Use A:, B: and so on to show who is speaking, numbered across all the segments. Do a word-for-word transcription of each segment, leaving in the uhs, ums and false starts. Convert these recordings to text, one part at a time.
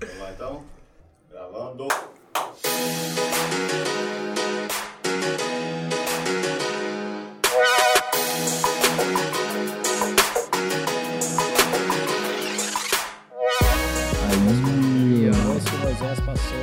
A: Vamos lá então? Gravando.
B: Aí, ó. Esse Moisés passou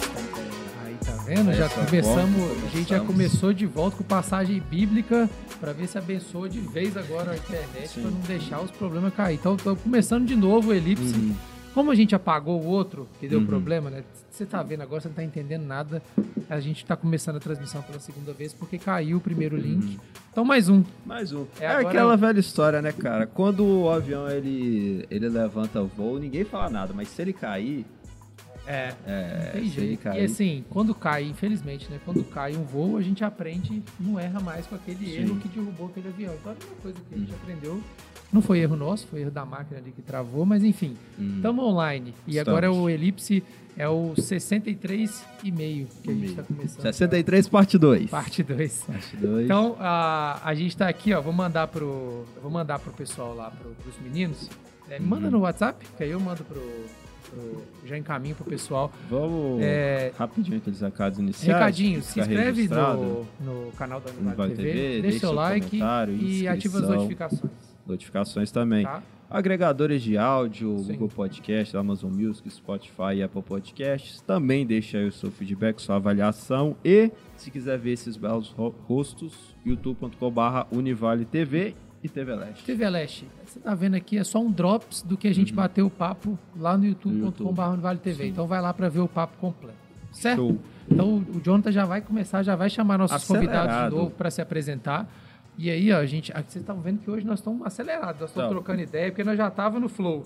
B: a
C: Aí, tá vendo? Já começamos, a gente já começou de volta com passagem bíblica para ver se abençoa de vez agora a internet para não deixar os problemas cair. Então, estamos começando de novo o Elipse. Uhum. Como a gente apagou o outro, que deu uhum. problema, né? Você tá vendo agora, você não tá entendendo nada. A gente tá começando a transmissão pela segunda vez porque caiu o primeiro link. Uhum. Então, mais um.
B: Mais um. É, é aquela eu... velha história, né, cara? Quando o avião, ele, ele levanta o voo, ninguém fala nada. Mas se ele cair...
C: É,
B: é
C: tem jeito. Cair... E assim, quando cai, infelizmente, né? Quando cai um voo, a gente aprende, não erra mais com aquele Sim. erro que derrubou aquele avião. Então, é a mesma coisa que a gente uhum. aprendeu... Não foi erro nosso, foi erro da máquina ali que travou, mas enfim, estamos hum. online. E Estamos. agora o Elipse é o sessenta e três e meio que a gente está começando.
B: sessenta e três, parte dois.
C: Parte dois. Parte dois. Então, a, a gente está aqui, ó, vou mandar pro, vou mandar pro pessoal lá, pro, pros meninos. É, me manda hum. no WhatsApp, que aí eu mando pro... Pro, já encaminho pro pessoal.
B: Vamos é, rapidinho aqueles recados iniciais.
C: Recadinho, se inscreve no, no canal da Univale T V, T V, deixa seu like e ativa as notificações.
B: Notificações também. Tá. Agregadores de áudio, Sim. Google Podcast, Amazon Music, Spotify e Apple Podcasts. Também deixa aí o seu feedback, sua avaliação. E, se quiser ver esses belos rostos, youtube ponto com barra Univale T V e T V Leste.
C: T V Leste. Você tá vendo aqui, é só um drops do que a gente uhum. bateu o papo lá no youtube ponto com barra Univale T V. Sim. Então vai lá para ver o papo completo. Certo? Show. Então o Jonathan já vai começar, já vai chamar nossos Acelerado. convidados de novo para se apresentar. E aí, ó, gente, vocês estão vendo que hoje nós estamos acelerados, nós estamos trocando ideia, porque nós já estávamos no flow.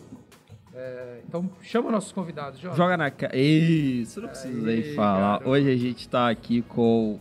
C: É, então, chama nossos convidados, Jonathan.
B: Joga na cara. Isso, não precisa nem falar. Cara. Hoje a gente está aqui com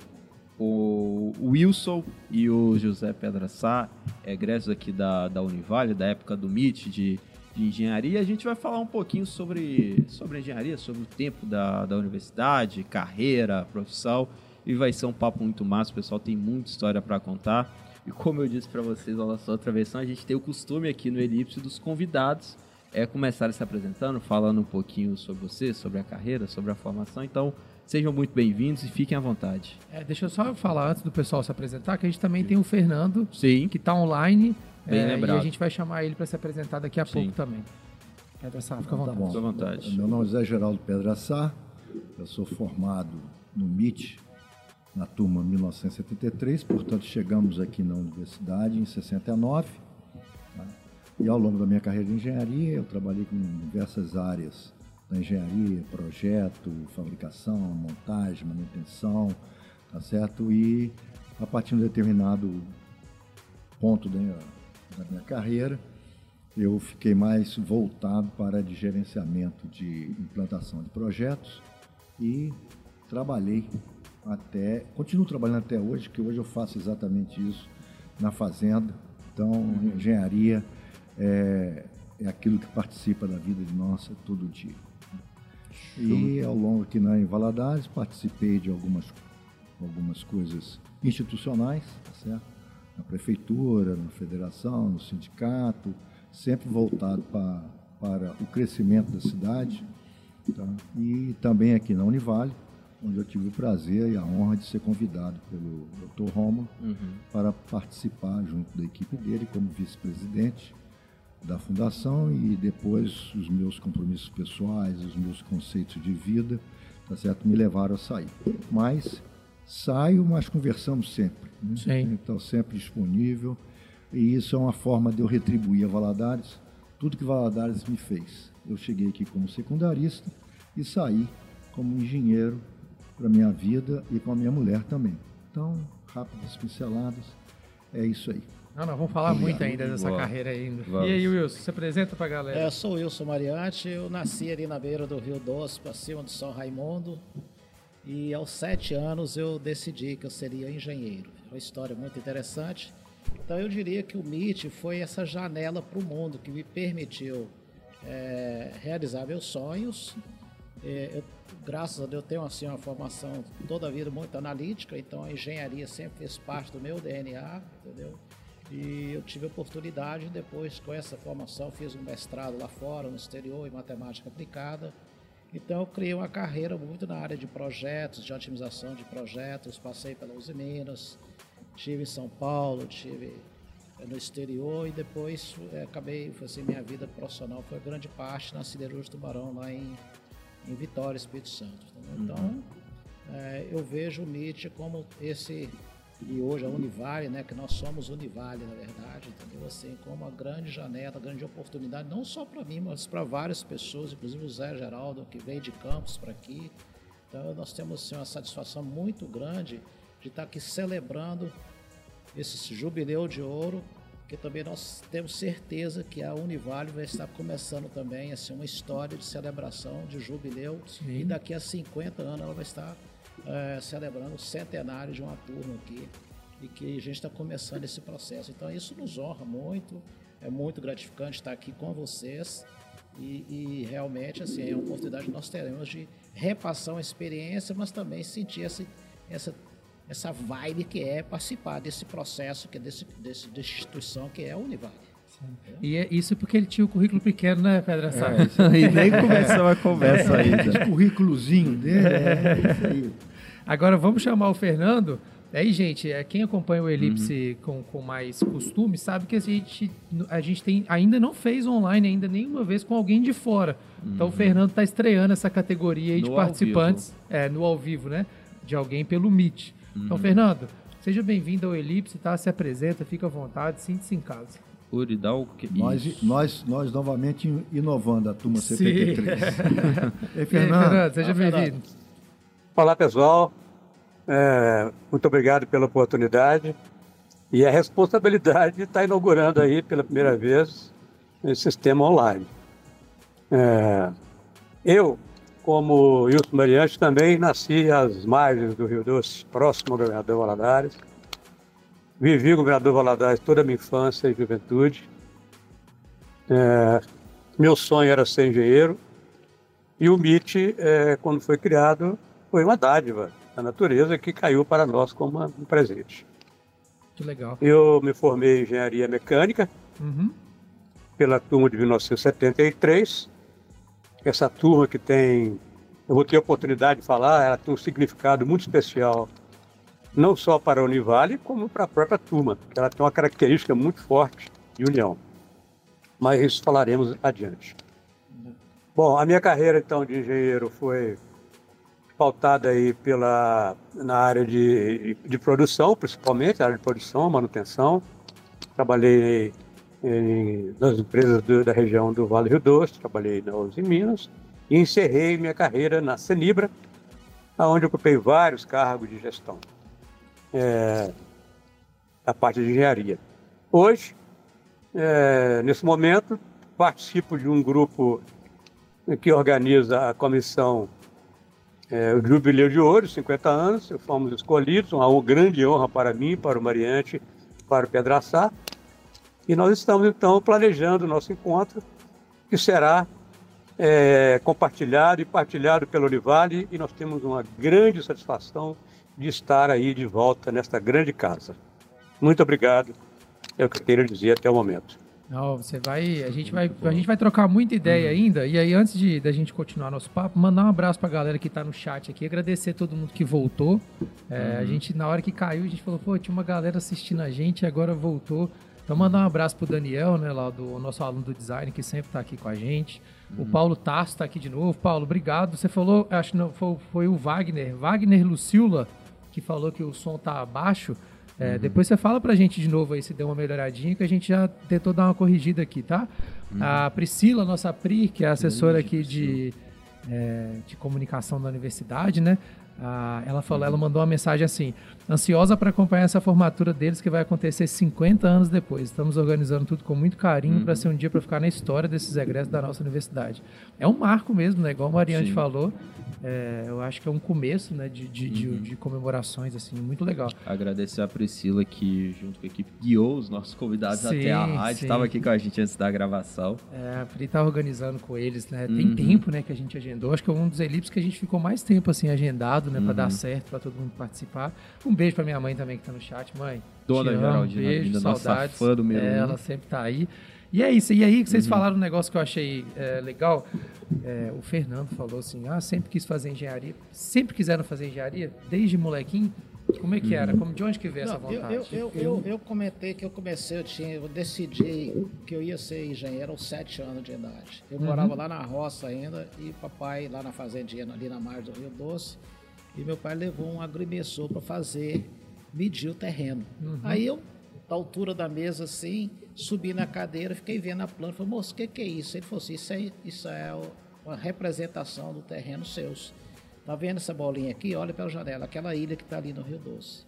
B: o Wilson e o José Pedra Sá, egressos aqui da, da Univale, da época do M I T de, de engenharia. A gente vai falar um pouquinho sobre, sobre engenharia, sobre o tempo da, da universidade, carreira, profissão. E vai ser um papo muito massa, o pessoal tem muita história para contar. E como eu disse para vocês na nossa outra versão, a gente tem o costume aqui no Elipse dos convidados é começar se apresentando, falando um pouquinho sobre você, sobre a carreira, sobre a formação. Então, sejam muito bem-vindos e fiquem à vontade.
C: É, deixa eu só falar antes do pessoal se apresentar, que a gente também Sim. tem o Fernando,
B: Sim.
C: que está online.
B: Bem
C: é,
B: lembrado.
C: E a gente vai chamar ele para se apresentar daqui a Sim. pouco também. Pedra Sá, fica à vontade.
D: Tá bom.
B: Fica à vontade.
D: Meu nome é Zé Geraldo Pedra Sá, eu sou formado no M I T, na turma mil novecentos e setenta e três, portanto chegamos aqui na universidade em sessenta e nove, tá? E ao longo da minha carreira de engenharia eu trabalhei com diversas áreas da engenharia, projeto, fabricação, montagem, manutenção, tá certo? E a partir de um determinado ponto da minha, da minha carreira eu fiquei mais voltado para a de gerenciamento de implantação de projetos e trabalhei até, continuo trabalhando até hoje, que hoje eu faço exatamente isso na fazenda. Então, uhum. engenharia é, é aquilo que participa da vida de nossa todo dia. E ao longo aqui na em Valadares, participei de algumas, algumas coisas institucionais, tá certo? Na prefeitura, na federação, no sindicato, sempre voltado para, para o crescimento da cidade, tá? E também aqui na Univale, onde eu tive o prazer e a honra de ser convidado pelo doutor Rômulo uhum. para participar junto da equipe dele como vice-presidente da fundação e depois os meus compromissos pessoais, os meus conceitos de vida, tá certo, me levaram a sair. Mas saio, mas conversamos sempre. Né?
C: Sim.
D: Então, sempre disponível. E isso é uma forma de eu retribuir a Valadares tudo que Valadares me fez. Eu cheguei aqui como secundarista e saí como engenheiro para a minha vida e com a minha mulher também. Então, rápidas pinceladas, é isso aí.
C: Não, não, vamos falar muito ainda dessa Boa. carreira ainda. Vamos. E aí, Wilson, se apresenta para a galera.
E: É, eu sou o Wilson Mariante, eu nasci ali na beira do Rio Doce, para cima do São Raimundo, e aos sete anos eu decidi que eu seria engenheiro. Uma história muito interessante. Então eu diria que o M I T foi essa janela para o mundo que me permitiu é, realizar meus sonhos. É, eu, graças a Deus, tenho assim, uma formação toda a vida muito analítica, então a engenharia sempre fez parte do meu D N A, entendeu? E eu tive a oportunidade, depois com essa formação, fiz um mestrado lá fora, no exterior, em matemática aplicada, Então eu criei uma carreira muito na área de projetos, de otimização de projetos, passei pela Uzi Minas, estive em São Paulo, estive no exterior e depois é, acabei, assim, minha vida profissional foi grande parte na Siderúrgica Tubarão, lá em, em Vitória, Espírito Santo. Uhum. Então, é, eu vejo o M I T como esse, e hoje a Univale, né, que nós somos Univale, na verdade, entendeu? Assim, como uma grande janela, uma grande oportunidade, não só para mim, mas para várias pessoas, inclusive o Zé Geraldo, que veio de Campos para aqui. Então, nós temos assim, uma satisfação muito grande de estar aqui celebrando esse jubileu de ouro, que também nós temos certeza que a Univale vai estar começando também assim, uma história de celebração de jubileu. Sim. E daqui a cinquenta anos ela vai estar é, celebrando o centenário de uma turma aqui e que a gente está começando esse processo. Então isso nos honra muito, é muito gratificante estar aqui com vocês e, e realmente assim, é uma oportunidade que nós teremos de repassar uma experiência, mas também sentir essa, essa essa vibe que é participar desse processo, que é desse, desse, dessa instituição que é a Univale.
C: E é isso porque ele tinha o currículo pequeno, né, Pedra Sá?
B: É, e nem começou a conversa
D: é,
B: ainda.
D: Esse currículozinho dele, é isso aí.
C: Agora vamos chamar o Fernando. Aí, gente, quem acompanha o Elipse uhum. com, com mais costume sabe que a gente, a gente tem, ainda não fez online ainda nenhuma vez com alguém de fora. Uhum. Então o Fernando está estreando essa categoria aí de participantes é, no ao vivo, né? De alguém pelo Meet. Uhum. Então, Fernando, seja bem-vindo ao Elipse, tá? Se apresenta, fica à vontade, sinta-se em casa.
B: Uri, dá o que...
D: Nós, nós, nós novamente inovando a turma C P T três.
C: Ei, Fernando. Fernando, seja bem-vindo.
F: Olá, pessoal. É, muito obrigado pela oportunidade e a responsabilidade de estar inaugurando aí pela primeira vez esse sistema online. É, eu... Como Wilson Mariante, também nasci às margens do Rio Doce, próximo ao governador Valadares. Vivi o governador Valadares toda a minha infância e juventude. É, meu sonho era ser engenheiro. E o M I T, é, quando foi criado, foi uma dádiva da natureza que caiu para nós como uma, um presente.
C: Que legal.
F: Eu me formei em engenharia mecânica uhum. pela turma de mil novecentos e setenta e três. Essa turma que tem, eu vou ter a oportunidade de falar, ela tem um significado muito especial, não só para a Univale, como para a própria turma. Ela tem uma característica muito forte de união. Mas isso falaremos adiante. Bom, a minha carreira, então, de engenheiro foi pautada aí pela, na área de, de produção, principalmente, na área de produção, manutenção. Trabalhei Em, nas empresas do, da região do Vale do Rio Doce, trabalhei na Uzi Minas e encerrei minha carreira na Cenibra, onde ocupei vários cargos de gestão, é, a parte de engenharia. Hoje, é, nesse momento, participo de um grupo que organiza a comissão é, o Jubileu de Ouro, cinquenta anos, fomos escolhidos, uma grande honra para mim, para o Mariante, para o Pedra Sá. E nós estamos, então, planejando o nosso encontro, que será é, compartilhado e partilhado pela Univale, e nós temos uma grande satisfação de estar aí de volta nesta grande casa. Muito obrigado, é o que eu queria dizer até o momento.
C: Não, você vai, a gente vai, a gente vai trocar muita ideia uhum. ainda, e aí antes de da gente continuar nosso papo, mandar um abraço para a galera que está no chat aqui, agradecer a todo mundo que voltou. É, uhum. A gente, na hora que caiu, a gente falou, pô, tinha uma galera assistindo a gente e agora voltou. Então, mandar um abraço pro Daniel, né, lá do nosso aluno do design, que sempre está aqui com a gente. Uhum. O Paulo Tarso está aqui de novo. Paulo, obrigado. Você falou, acho que não, foi, foi o Wagner, Wagner Lucila, que falou que o som tá abaixo. É, uhum. Depois você fala pra gente de novo aí se deu uma melhoradinha, que a gente já tentou dar uma corrigida aqui, tá? Uhum. A Priscila, nossa Pri, que é a assessora uhum, aqui de, é, de comunicação da universidade, né? Ah, ela falou, ela mandou uma mensagem assim: ansiosa para acompanhar essa formatura deles que vai acontecer cinquenta anos depois. Estamos organizando tudo com muito carinho uhum. para ser um dia para ficar na história desses egressos da nossa universidade. É um marco mesmo, né? Igual a Mariante Sim. falou. É, eu acho que é um começo, né, de, de, uhum. de, de comemorações, assim, muito legal.
B: Agradecer a Priscila que, junto com a equipe, guiou os nossos convidados sim, até a rádio. Estava aqui com a gente antes da gravação.
C: É, a Pri tá organizando com eles, né? Tem uhum. tempo, né, que a gente agendou. Acho que é um dos elipses que a gente ficou mais tempo, assim, agendado, né, uhum. para dar certo, para todo mundo participar. Um beijo para minha mãe também, que tá no chat. Mãe,
B: Dona Geraldina,
C: beijo,
B: nossa
C: saudades.
B: Fã do meu
C: é, ela sempre tá aí. E é isso. E aí, que vocês uhum. falaram um negócio que eu achei é, legal. É, o Fernando falou assim, ah, sempre quis fazer engenharia. Sempre quiseram fazer engenharia? Desde molequinho? Como é que era? Como, de onde que veio Não, essa vontade?
E: Eu, eu, eu, eu, eu comentei que eu comecei, eu, tinha, eu decidi que eu ia ser engenheiro aos sete anos de idade. Eu uhum. morava lá na roça ainda e papai lá na fazendinha, ali na margem do Rio Doce. E meu pai levou um agrimensor para fazer, medir o terreno. Uhum. Aí eu, da altura da mesa assim, subi na cadeira, fiquei vendo a planta. Falei, moço, o que, que é isso? Ele falou assim, isso é, isso é uma representação do terreno seus. Tá vendo essa bolinha aqui? Olha pela janela, aquela ilha que está ali no Rio Doce.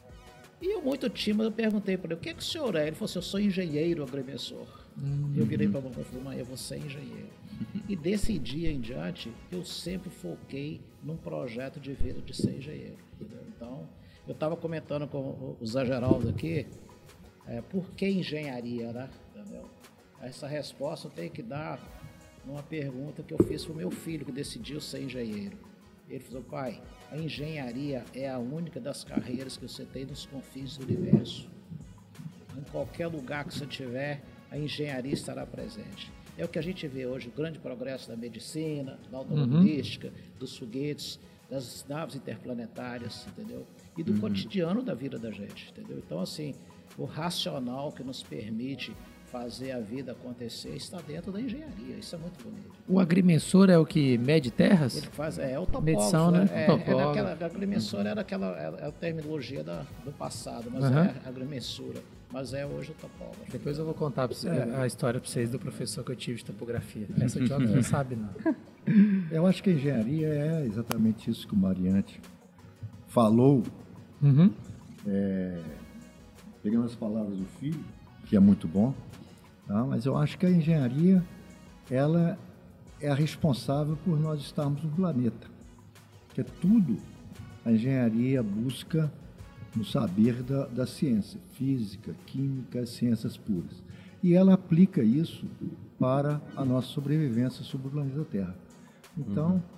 E: E eu, muito tímido, eu perguntei para ele, o que, que o senhor é? Ele falou assim, eu sou engenheiro agrimensor. Uhum. Eu virei para a mamãe e falei, mãe, eu vou ser engenheiro. E desse dia em diante, eu sempre foquei num projeto de vida de ser engenheiro. Entendeu? Então, eu estava comentando com o Zé Geraldo aqui, é, por que engenharia, né? Entendeu? Essa resposta eu tenho que dar numa pergunta que eu fiz para o meu filho, que decidiu ser engenheiro. Ele falou, pai, a engenharia é a única das carreiras que você tem nos confins do universo. Em qualquer lugar que você estiver, a engenharia estará presente. É o que a gente vê hoje, o grande progresso da medicina, da automobilística, uhum. dos foguetes, das naves interplanetárias, entendeu? E do uhum. cotidiano da vida da gente, entendeu? Então, assim, o racional que nos permite fazer a vida acontecer está dentro da engenharia. Isso é muito bonito.
C: O agrimensor é o que mede terras?
E: Ele faz, é, é o topógrafo.
C: Medição, né?
E: É, é daquela, a agrimensora uhum. era aquela é a terminologia da, do passado, mas uhum. é a agrimensura. Mas é hoje o topógrafo.
C: Depois eu vou contar pra você, é. a história para vocês do professor que eu tive de topografia. Essa de não sabe, não.
D: Eu acho que a engenharia é exatamente isso que o Mariante falou.
C: Uhum.
D: É, pegando as palavras do filho, que é muito bom. Tá? Mas eu acho que a engenharia, ela é a responsável por nós estarmos no planeta. Porque tudo a engenharia busca no saber da, da ciência, física, química, ciências puras. E ela aplica isso para a nossa sobrevivência sobre o planeta Terra. Então, uhum.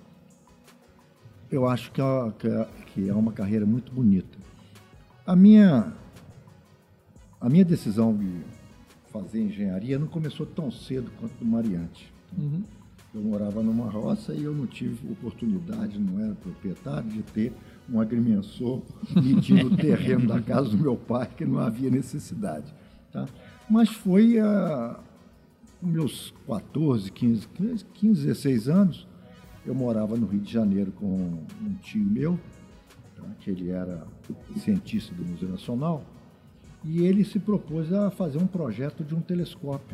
D: eu acho que é, que, é, que é uma carreira muito bonita. A minha, a minha decisão de fazer engenharia não começou tão cedo quanto o Mariante.
C: Uhum.
D: Eu morava numa roça e eu não tive oportunidade, não era proprietário, de ter um agrimensor medindo o terreno da casa do meu pai, que não havia necessidade. Tá? Mas foi a meus quatorze, quinze, quinze, dezesseis anos, eu morava no Rio de Janeiro com um tio meu, tá? Que ele era cientista do Museu Nacional, e ele se propôs a fazer um projeto de um telescópio.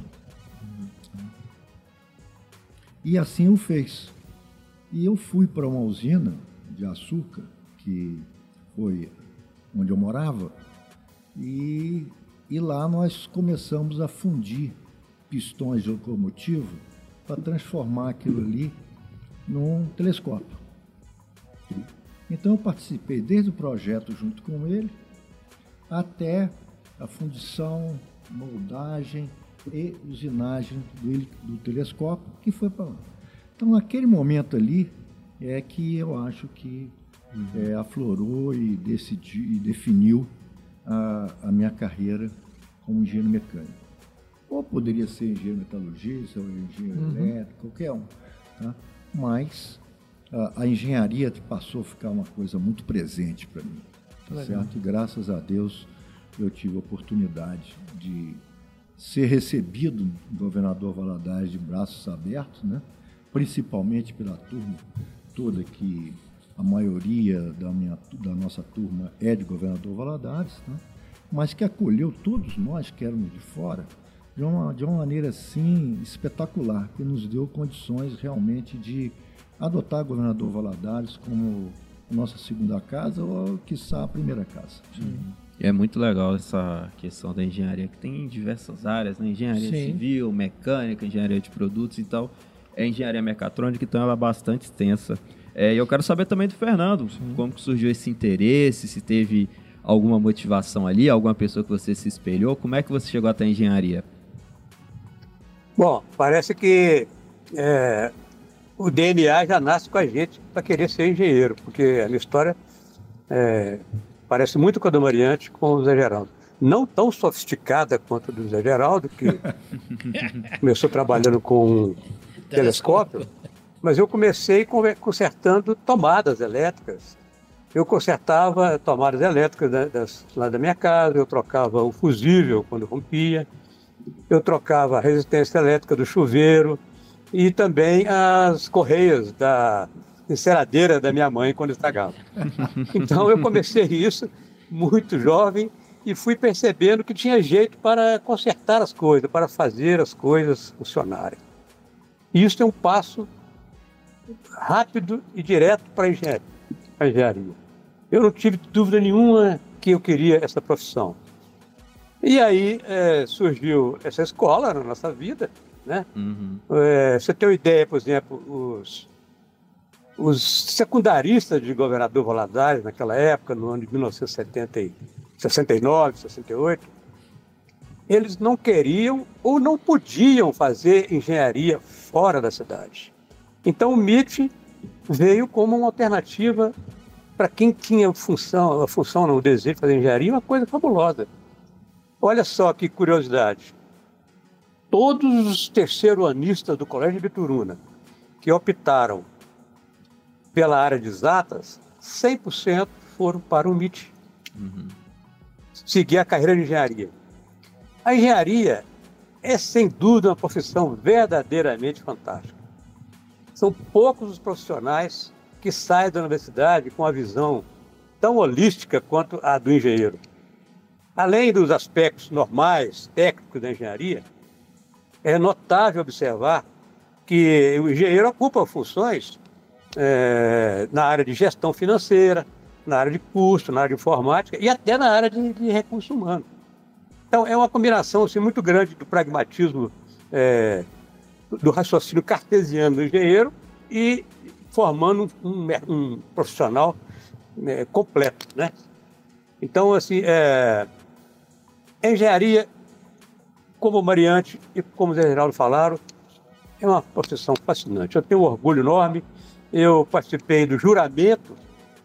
D: E assim o fez. E eu fui para uma usina de açúcar, que foi onde eu morava, e, e lá nós começamos a fundir pistões de locomotivo para transformar aquilo ali num telescópio. Então eu participei desde o projeto junto com ele até a fundição, moldagem e usinagem do, do telescópio que foi para lá. Então naquele momento ali é que eu acho que uhum. é, aflorou e, decidi, e definiu a, a minha carreira como engenheiro mecânico. Ou poderia ser engenheiro metalurgista, ou engenheiro uhum. elétrico, qualquer um. Tá? Mas a, a engenharia passou a ficar uma coisa muito presente para mim. Tá certo? E graças a Deus eu tive a oportunidade de ser recebido do governador Valadares de braços abertos, né? Principalmente pela turma toda, que a maioria da, minha, da nossa turma é de governador Valadares, né? Mas que acolheu todos nós que éramos de fora de uma, de uma maneira assim espetacular, que nos deu condições realmente de adotar o governador Valadares como nossa segunda casa ou, quiçá, a primeira casa.
B: Sim. É muito legal essa questão da engenharia, que tem em diversas áreas, né? Engenharia Sim. civil, mecânica, engenharia de produtos e tal. É engenharia mecatrônica, então ela é bastante extensa. É, e eu quero saber também do Fernando, Sim. como que surgiu esse interesse, se teve alguma motivação ali, alguma pessoa que você se espelhou, como é que você chegou até a engenharia?
F: Bom, parece que é, o D N A já nasce com a gente para querer ser engenheiro, porque a minha história é, parece muito com a do Mariante, com o Zé Geraldo. não tão sofisticada quanto a do Zé Geraldo, que começou trabalhando com um telescópio, mas eu comecei consertando tomadas elétricas. Eu consertava tomadas elétricas da, das, lá da minha casa, eu trocava o fusível quando rompia, eu trocava a resistência elétrica do chuveiro e também as correias da enceradeira da minha mãe quando estragava. Então eu comecei isso muito jovem e fui percebendo que tinha jeito para consertar as coisas, para fazer as coisas funcionarem. E isso é um passo rápido e direto para a engenharia. a engenharia. Eu não tive dúvida nenhuma que eu queria essa profissão. E aí é, surgiu essa escola na nossa vida, né? Uhum. É, você tem uma ideia, por exemplo, os, os secundaristas de Governador Valadares, naquela época, no ano de mil novecentos e setenta, sessenta e nove, sessenta e oito, eles não queriam ou não podiam fazer engenharia fora da cidade. Então o M I T veio como uma alternativa para quem tinha função, a função, não, o desejo de fazer engenharia, uma coisa fabulosa. Olha só que curiosidade. Todos os terceiro-anistas do Colégio de Bituruna que optaram pela área de exatas, cem por cento foram para o M I T. Uhum. Seguir a carreira de engenharia. A engenharia é, sem dúvida, uma profissão verdadeiramente fantástica. São poucos os profissionais que saem da universidade com a visão tão holística quanto a do engenheiro. Além dos aspectos normais, técnicos da engenharia, é notável observar que o engenheiro ocupa funções é, na área de gestão financeira, na área de custo, na área de informática e até na área de, de recursos humanos. Então, é uma combinação assim, muito grande do pragmatismo, é, do raciocínio cartesiano do engenheiro e formando um, um profissional é, completo, né? Então, assim, é, a engenharia, como o Mariante e como o Zé Geraldo falaram, é uma profissão fascinante. Eu tenho um orgulho enorme. Eu participei do juramento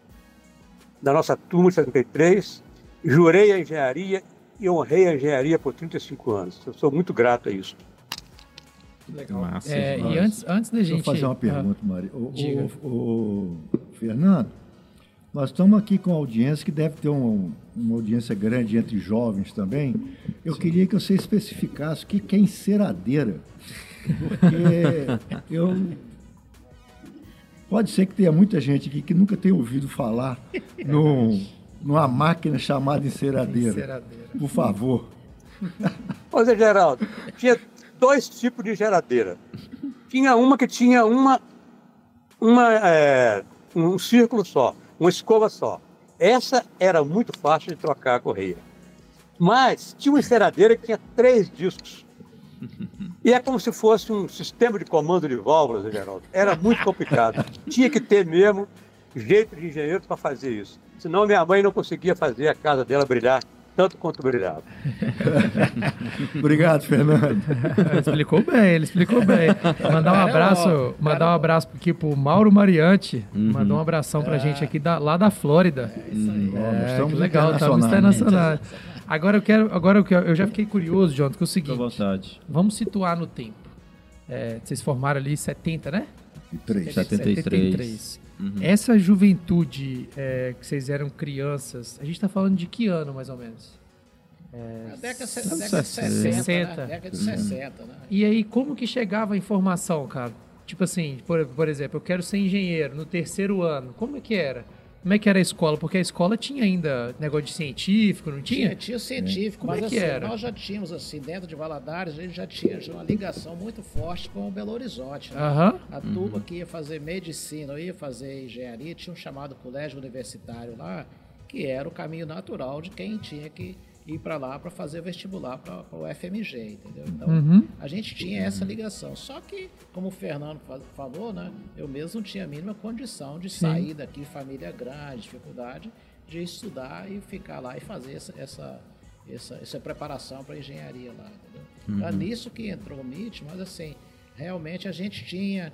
F: da nossa turma de setenta e três, jurei a engenharia e honrei a engenharia por trinta e cinco anos. Eu sou muito grato a isso.
C: Legal. Massa, é, e antes, antes da gente...
D: Deixa eu fazer uma pergunta, ah, Maria. O, o, o, Fernando, nós estamos aqui com uma audiência que deve ter um, uma audiência grande entre jovens também. Eu Sim. queria que você especificasse o que é enceradeira. Porque eu... Pode ser que tenha muita gente aqui que nunca tenha ouvido falar no, numa máquina chamada enceradeira. enceradeira. Por favor.
F: Ô Zé Geraldo, tinha dois tipos de enceradeira. Tinha uma que tinha uma, uma, é, um círculo só, uma escova só. Essa era muito fácil de trocar a correia. Mas tinha uma enceradeira que tinha três discos. E é como se fosse um sistema de comando de válvulas, Geraldo. Era muito complicado. Tinha que ter mesmo jeito de engenheiro para fazer isso. Senão minha mãe não conseguia fazer a casa dela brilhar tanto quanto brilhava.
D: Obrigado, Fernando.
C: Ele explicou bem, ele explicou bem. Mandar um abraço, mandar um abraço aqui pro Mauro Mariante. Uhum. Mandou um abração pra é. gente aqui da, lá da Flórida. É isso aí. É, estamos legal, estamos internacionais. Agora eu quero, agora eu quero, eu já fiquei curioso, Jonathan, que é o seguinte.
B: Com vontade.
C: Vamos situar no tempo. É, vocês formaram ali em setenta, né?
B: setenta e três.
C: Uhum. Essa juventude é, que vocês eram crianças, a gente está falando de que ano, mais ou menos?
E: É, a década, a década de sessenta, né? Década de sessenta, né?
C: E aí, como que chegava a informação, cara? Tipo assim, por, por exemplo, eu quero ser engenheiro no terceiro ano. Como é que era? Como é que era a escola? Porque a escola tinha ainda negócio de científico, não tinha?
E: Tinha, tinha científico, é. mas
C: Como é que
E: assim,
C: era?
E: Nós já tínhamos, assim, dentro de Valadares, a gente já tinha uma ligação muito forte com o Belo Horizonte. Né?
C: Uh-huh.
E: A turma que ia fazer medicina, ia fazer engenharia, tinha um chamado colégio universitário lá, que era o caminho natural de quem tinha que ir para lá para fazer vestibular para o F M G, entendeu? Então, uhum. a gente tinha essa ligação. Só que, como o Fernando falou, né, eu mesmo não tinha a mínima condição de Sim. sair daqui, família grande, dificuldade, de estudar e ficar lá e fazer essa, essa, essa, essa preparação para engenharia lá, entendeu? Uhum. Era nisso que entrou o M I T, mas assim, realmente a gente tinha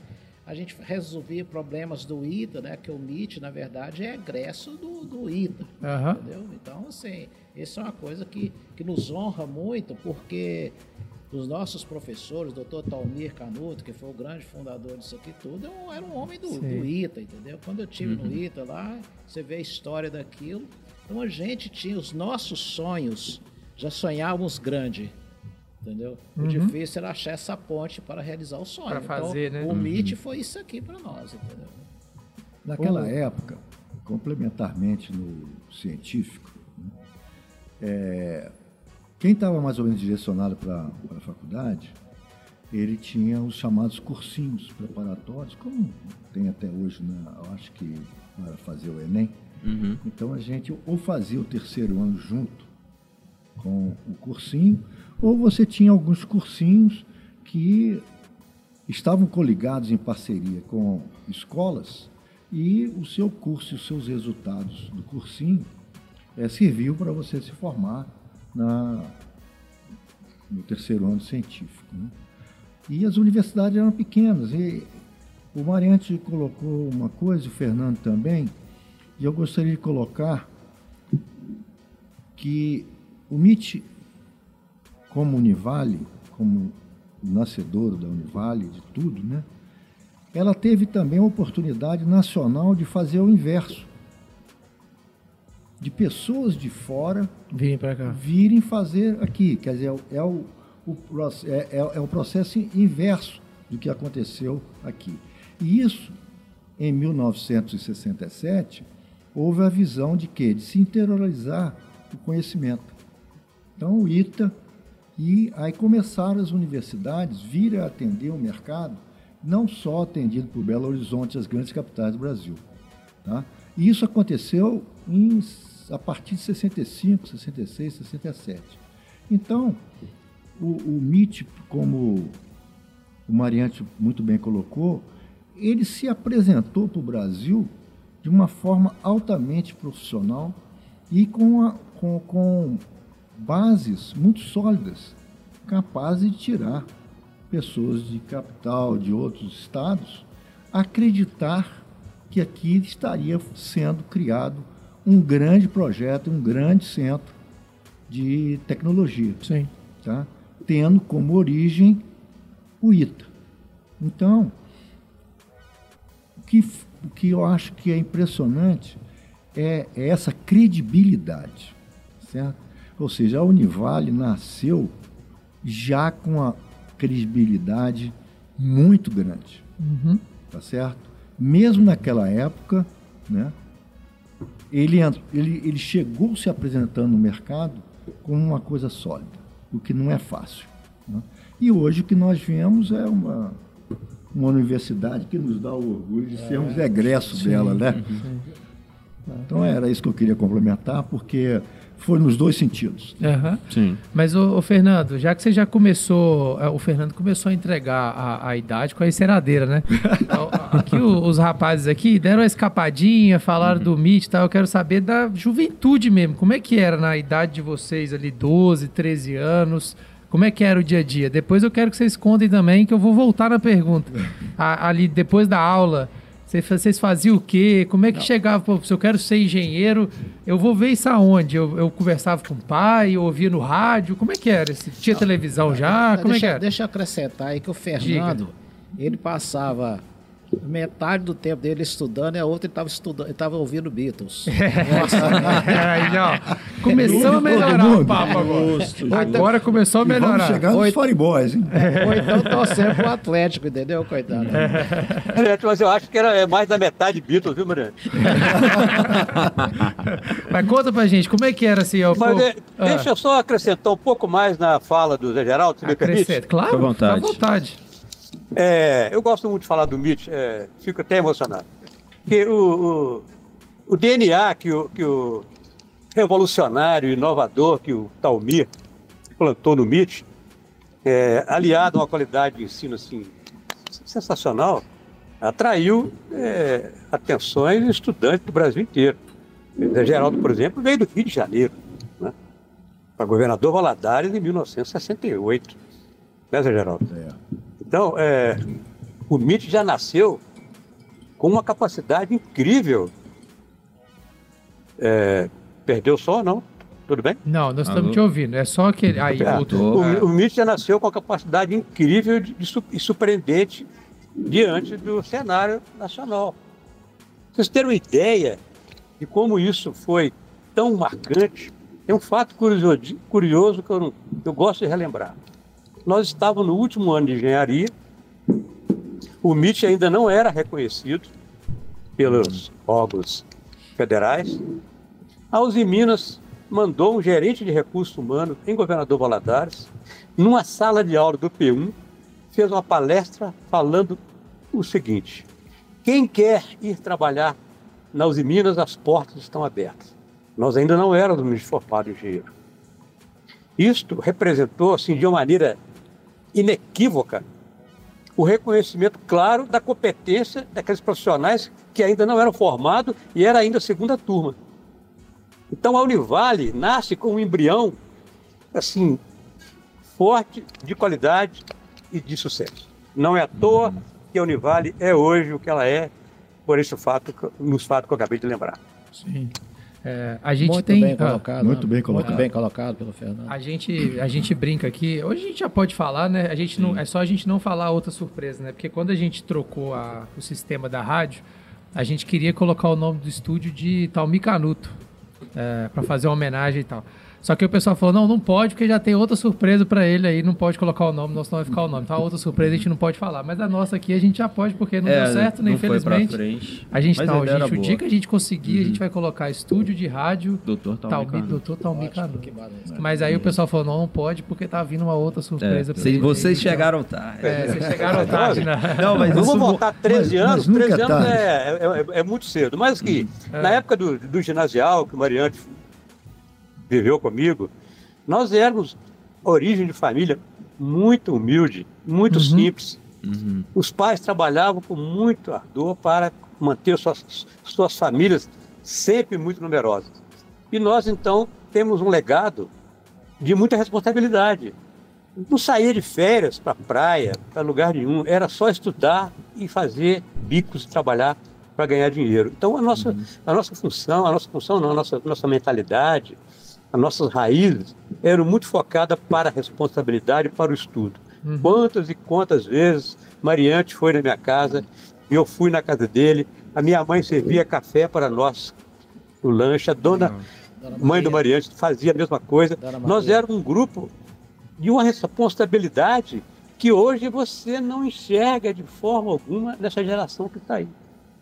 E: a gente resolvia problemas do I T A, né? Que o M I T, na verdade, é egresso do, do I T A,
C: Uhum.
E: entendeu? Então, assim, isso é uma coisa que, que nos honra muito, porque os nossos professores, doutor Talmir Canuto, que foi o grande fundador disso aqui tudo, eu era um homem do, do I T A, entendeu? Quando eu estive uhum. no I T A lá, você vê a história daquilo. Então, a gente tinha os nossos sonhos, já sonhávamos grande. Entendeu? Uhum. O difícil era achar essa ponte para realizar o sonho.
C: Para fazer,
E: então,
C: né?
E: O
C: uhum.
E: M I T foi isso aqui para nós, entendeu?
D: Naquela uhum. época, complementarmente no científico, né, é, quem estava mais ou menos direcionado para a faculdade, ele tinha os chamados cursinhos preparatórios, como tem até hoje, né, eu acho que para fazer o Enem.
B: Uhum.
D: Então a gente ou fazia o terceiro ano junto com o cursinho, ou você tinha alguns cursinhos que estavam coligados em parceria com escolas e o seu curso e os seus resultados do cursinho é, serviu para você se formar na, no terceiro ano científico. Né? E as universidades eram pequenas. E o Mariante colocou uma coisa, o Fernando também, e eu gostaria de colocar que o M I T, como Univale, como nascedouro da Univale, de tudo, né? Ela teve também a oportunidade nacional de fazer o inverso. De pessoas de fora
C: virem para cá,
D: virem fazer aqui. Quer dizer, é o, o, é, é, é o processo inverso do que aconteceu aqui. E isso, em mil novecentos e sessenta e sete, houve a visão de quê? De se interiorizar o conhecimento. Então, o I T A, e aí começaram as universidades vir a atender o mercado, não só atendido por Belo Horizonte, as grandes capitais do Brasil. Tá? E isso aconteceu em, a partir de sessenta e cinco, sessenta e seis, sessenta e sete. Então, o, o M I T, como o Mariante muito bem colocou, ele se apresentou para o Brasil de uma forma altamente profissional e com, a, com, com bases muito sólidas, capazes de tirar pessoas de capital, de outros estados, acreditar que aqui estaria sendo criado um grande projeto, um grande centro de tecnologia.
C: Sim.
D: Tá? Tendo como origem o I T A. Então, o que, o que eu acho que é impressionante é, é essa credibilidade, certo? Ou seja, a Univale nasceu já com a credibilidade muito grande,
C: uhum.
D: tá certo? Mesmo naquela época, né, ele, ele, ele chegou se apresentando no mercado como uma coisa sólida, o que não é fácil. Né? E hoje o que nós vemos é uma, uma universidade que nos dá o orgulho de é, sermos egressos sim, dela, né? Sim. Então era isso que eu queria complementar, porque foi nos dois sentidos.
C: Uhum.
B: Sim.
C: Mas, ô, ô, Fernando, já que você já começou, o Fernando começou a entregar a, a idade com a enceradeira, né? Aqui o, os rapazes aqui deram uma escapadinha, falaram uhum. do M I T e tal, eu quero saber da juventude mesmo. Como é que era na idade de vocês ali, doze, treze anos? Como é que era o dia a dia? Depois eu quero que vocês contem também, que eu vou voltar na pergunta. A, ali, depois da aula, vocês faziam o quê? Como é que Não. chegava? Pô, se eu quero ser engenheiro, eu vou ver isso aonde? Eu, eu conversava com o pai, eu ouvia no rádio. Como é que era? Tinha Não. televisão já?
E: Não,
C: Como
E: deixa,
C: é que era?
E: Deixa eu acrescentar aí que o Fernando, Diga. ele passava metade do tempo dele estudando e a outra ele estava estudando, ele estava ouvindo Beatles. Nossa,
C: aí, ó, começou a melhorar o papo agora. Agora começou a melhorar.
D: Vamos chegar nos Fire Boys, hein?
E: Ou então torcendo pro Atlético, entendeu, coitado?
F: É, mas eu acho que era mais da metade Beatles, viu, Mariano?
C: Mas conta pra gente, como é que era assim? Ó,
F: mas,
C: pô,
F: é, ah. Deixa eu só acrescentar um pouco mais na fala do Zé Geraldo, se me permite.
C: Claro,
B: à vontade.
C: à vontade.
F: É, eu gosto muito de falar do M I T, é, fico até emocionado. Porque o, o, o D N A que o, que o revolucionário, inovador que o Talmir plantou no M I T, é, aliado a uma qualidade de ensino assim, sensacional, atraiu é, atenções de estudantes do Brasil inteiro. O Zé Geraldo, por exemplo, veio do Rio de Janeiro, né, para governador Valadares em mil novecentos e sessenta e oito. Né, Zé Geraldo?
D: É.
F: Então, é, O M I T já nasceu com uma capacidade incrível. É, perdeu o som, não? Tudo bem?
C: Não, nós estamos
B: Alô?
C: te ouvindo. É só aquele... Aí,
F: É,
C: voltou.
F: o,
C: É.
F: o M I T já nasceu com uma capacidade incrível de, de, su- e surpreendente diante do cenário nacional. Vocês terem uma ideia de como isso foi tão marcante, tem um fato curioso, curioso que eu, não, eu gosto de relembrar. Nós estávamos no último ano de engenharia, o M I T ainda não era reconhecido pelos órgãos federais. A Uzi Minas mandou um gerente de recursos humanos em Governador Valadares, numa sala de aula do P um, fez uma palestra falando o seguinte: quem quer ir trabalhar na Uzi Minas, as portas estão abertas. Nós ainda não éramos formados engenheiros. Isto representou, assim, de uma maneira inequívoca, o reconhecimento claro da competência daqueles profissionais que ainda não eram formados e era ainda a segunda turma. Então a Univale nasce com um embrião assim, forte, de qualidade e de sucesso. Não é à toa que a Univale é hoje o que ela é, por esse fato, nos fatos que eu acabei de lembrar.
C: Sim. É, a gente
E: Muito
C: tem...
E: bem
C: ah,
E: colocado.
D: muito
E: né?
D: bem colocado.
E: Muito bem colocado pelo Fernando.
C: A gente, a gente brinca aqui, hoje a gente já pode falar, né? A gente não, é só a gente não falar outra surpresa, né? Porque quando a gente trocou a, o sistema da rádio, a gente queria colocar o nome do estúdio de Talmi Canuto, é, para fazer uma homenagem e tal. Só que o pessoal falou, não, não pode, porque já tem outra surpresa para ele aí, não pode colocar o nome, senão vai ficar o nome. Então a outra surpresa a gente não pode falar. Mas a nossa aqui a gente já pode, porque não
B: É,
C: deu certo, né?
B: não foi pra
C: Infelizmente.
B: frente.
C: A gente
B: Mas
C: não,
B: a ideia
C: gente,
B: era
C: o
B: boa.
C: dia que a gente conseguir, a gente vai colocar estúdio de rádio
B: Doutor Talmi
C: Talmi,
B: Canuto.
C: doutor Talmi
E: Ótimo,
C: Canuto.
E: que beleza.
C: Mas aí o pessoal falou, não, não pode, porque tá vindo uma outra surpresa.
B: É,
C: pra
B: vocês,
C: ele
B: vocês
C: aí,
B: chegaram tarde.
C: então. É, vocês chegaram tarde, né?
B: Não, mas
F: Vamos
B: isso...
F: voltar treze
D: mas- mas
F: anos,
D: nunca
F: treze
D: é
F: anos
D: tarde.
F: é, é, é muito cedo. Mas que, na época do, do ginasial, que o Mariante viveu comigo, nós éramos origem de família muito humilde, muito simples.
B: Uhum.
F: Os pais trabalhavam com muito ardor para manter suas, suas famílias sempre muito numerosas. E nós, então, temos um legado de muita responsabilidade. Não saía de férias para praia, para lugar nenhum. Era só estudar e fazer bicos e trabalhar para ganhar dinheiro. Então, a nossa, a nossa função, a nossa função não, a nossa, nossa mentalidade, as nossas raízes eram muito focadas para a responsabilidade e para o estudo. Uhum. Quantas e quantas vezes Mariante foi na minha casa e eu fui na casa dele, a minha mãe servia café para nós no lanche, a dona,
E: Dona
F: mãe
E: Maria.
F: do Mariante fazia a mesma coisa.
E: Dona
F: Nós
E: Maria.
F: éramos um grupo de uma responsabilidade que hoje você não enxerga de forma alguma nessa geração que está aí.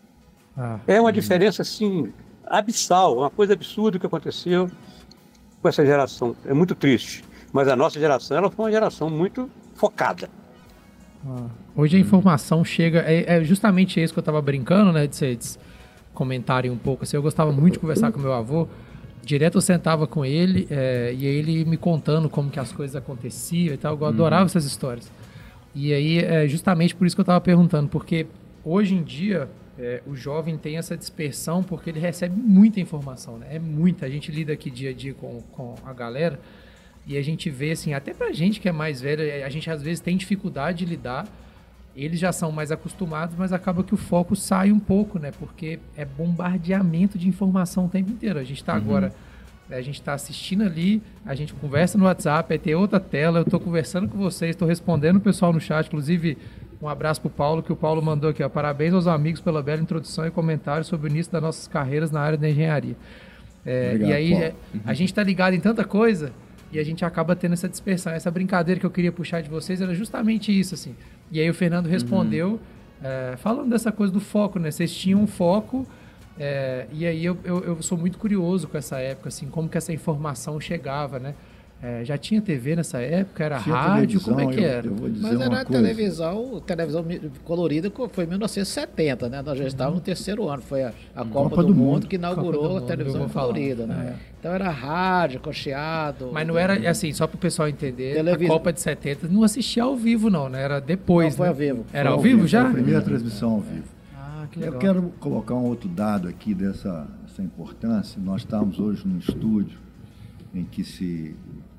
C: Ah,
F: É uma diferença, assim, abissal, uma coisa absurda que aconteceu com essa geração. É muito triste. Mas a nossa geração, ela foi uma geração muito focada.
C: ah. Hoje a informação chega... É, é justamente isso que eu tava brincando, né? De vocês comentarem um pouco. Assim, eu gostava muito de conversar com meu avô. Direto eu sentava com ele é, e aí ele me contando como que as coisas aconteciam e tal. Eu adorava essas histórias. E aí é justamente por isso que eu tava perguntando. Porque hoje em dia... É, o jovem tem essa dispersão porque ele recebe muita informação, né? É muita. A gente lida aqui dia a dia com, com a galera e a gente vê, assim, até pra gente que é mais velho, a gente às vezes tem dificuldade de lidar. Eles já são mais acostumados, mas acaba que o foco sai um pouco, né? Porque é bombardeamento de informação o tempo inteiro. A gente tá agora... A gente está assistindo ali, a gente conversa no WhatsApp, aí tem outra tela, eu estou conversando com vocês, estou respondendo o pessoal no chat, inclusive um abraço para o Paulo, que o Paulo mandou aqui, ó, parabéns aos amigos pela bela introdução e comentário sobre o início das nossas carreiras na área da engenharia. É,
D: Obrigado,
C: e aí
D: Paulo.
C: é, a gente está ligado em tanta coisa e a gente acaba tendo essa dispersão. Essa brincadeira que eu queria puxar de vocês era justamente isso, assim. E aí o Fernando respondeu, é, falando dessa coisa do foco, né? Vocês tinham um foco... É, e aí eu, eu, eu sou muito curioso com essa época, assim, como que essa informação chegava, né? É, já tinha T V nessa época? Era
D: Tinha
C: rádio?
D: televisão,
C: Como é que
D: eu-
C: era?
D: Eu, vou dizer
E: Mas
D: uma
E: era
D: coisa.
E: televisão, televisão mi- colorida co- foi em mil novecentos e setenta, né? Nós já estávamos no terceiro ano, foi a, a Copa,
D: Copa
E: do,
D: do
E: Mundo,
D: Mundo.
E: que
C: Copa do
E: inaugurou
C: Mundo,
E: a televisão
C: eu vou falar.
E: colorida, né? Então era rádio, cocheado.
C: Mas não era, assim, só para o pessoal entender,
E: Televisão.
C: a Copa de setenta não assistia ao vivo, não, né? Era depois,
E: Não, foi
C: né?
E: ao vivo.
C: Era
D: Foi
C: ao vivo já?
D: Foi a primeira transmissão ao vivo.
C: Ah, que
D: Eu
C: legal.
D: quero colocar um outro dado aqui dessa, dessa importância. Nós estamos hoje num estúdio em que se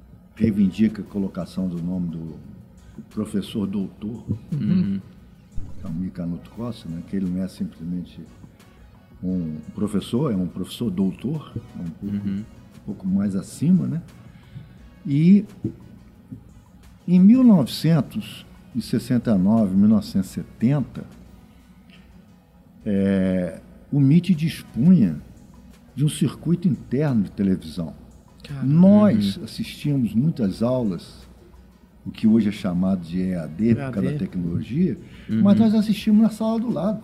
D: reivindica a colocação do nome do professor doutor. Almir Canuto Costa, né, que ele não é simplesmente um professor, é um professor doutor, é um pouco, uhum. um pouco mais acima, né? E em mil novecentos e sessenta e nove, mil novecentos e setenta, é, o M I T dispunha de um circuito interno de televisão. Caramba. Nós assistíamos muitas aulas, o que hoje é chamado de E A D, por causa da tecnologia, uhum. mas nós assistimos na sala do lado.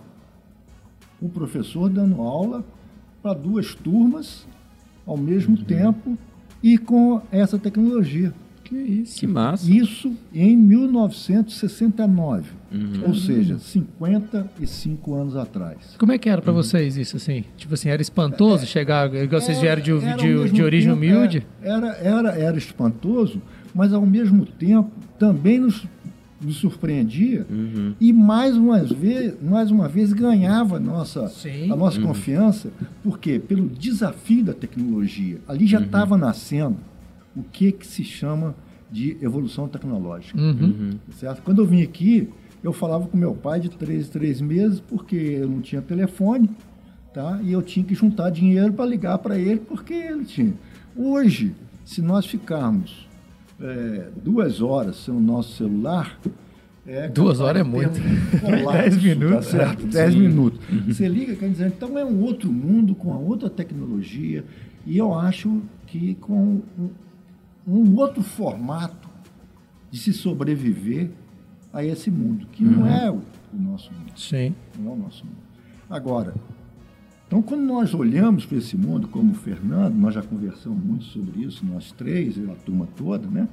D: O professor dando aula para duas turmas ao mesmo uhum. tempo e com essa tecnologia.
B: Que isso, que massa.
D: Isso em mil novecentos e sessenta e nove, uhum. ou seja, cinquenta e cinco anos atrás.
C: Como é que era para uhum. vocês isso, assim? Tipo assim, era espantoso é, chegar, igual vocês vieram de, de, de origem tempo, humilde?
D: Era, era, era espantoso, mas ao mesmo tempo também nos, nos surpreendia uhum. e mais uma vez, mais uma vez ganhava a nossa, a nossa uhum. confiança, porque pelo desafio da tecnologia, ali já estava uhum. nascendo o que, que se chama de evolução tecnológica. Uhum. Certo? Quando eu vim aqui, eu falava com meu pai de três em três meses, porque eu não tinha telefone, tá? E eu tinha que juntar dinheiro para ligar para ele, porque ele tinha. Hoje, se nós ficarmos é, duas horas sem o nosso celular... É,
C: duas horas é muito.
D: Um Dez minutos. Tá certo? Dez Sim. minutos. Uhum. Você liga, quer dizer, então é um outro mundo, com a outra tecnologia, e eu acho que com... Um, um outro formato de se sobreviver a esse mundo, que uhum. não é o, o nosso mundo.
C: Sim.
D: Não é o nosso mundo. Agora, então, quando nós olhamos para esse mundo, como o Fernando, nós já conversamos muito sobre isso, nós três, a turma toda, né?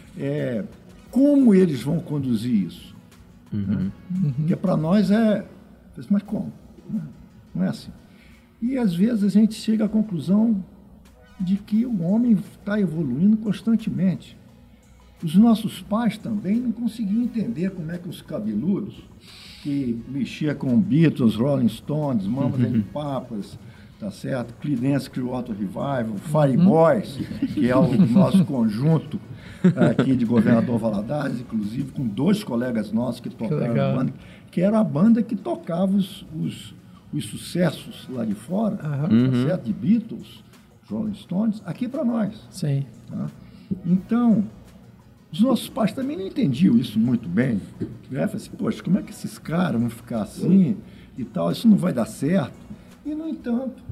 D: É, como eles vão conduzir isso? Uhum. Né? Uhum. Porque para nós é... Mas como? Não é assim. E, às vezes, a gente chega à conclusão de que o homem está evoluindo constantemente. Os nossos pais também não conseguiam entender como é que os cabeludos, que mexia com Beatles, Rolling Stones, Mamas uhum. and Papas, tá certo? Creedence Clearwater Revival, Fire uhum. Boys, que é o nosso conjunto aqui de Governador Valadares, inclusive com dois colegas nossos que tocaram a banda, que era a banda que tocava os, os, os sucessos lá de fora, uhum. tá certo? De Beatles, Rolling Stones, aqui para nós.
C: Sim.
D: Tá? Então, os nossos pais também não entendiam isso muito bem. Né? Assim, poxa, como é que esses caras vão ficar assim e tal? Isso não vai dar certo. E, no entanto,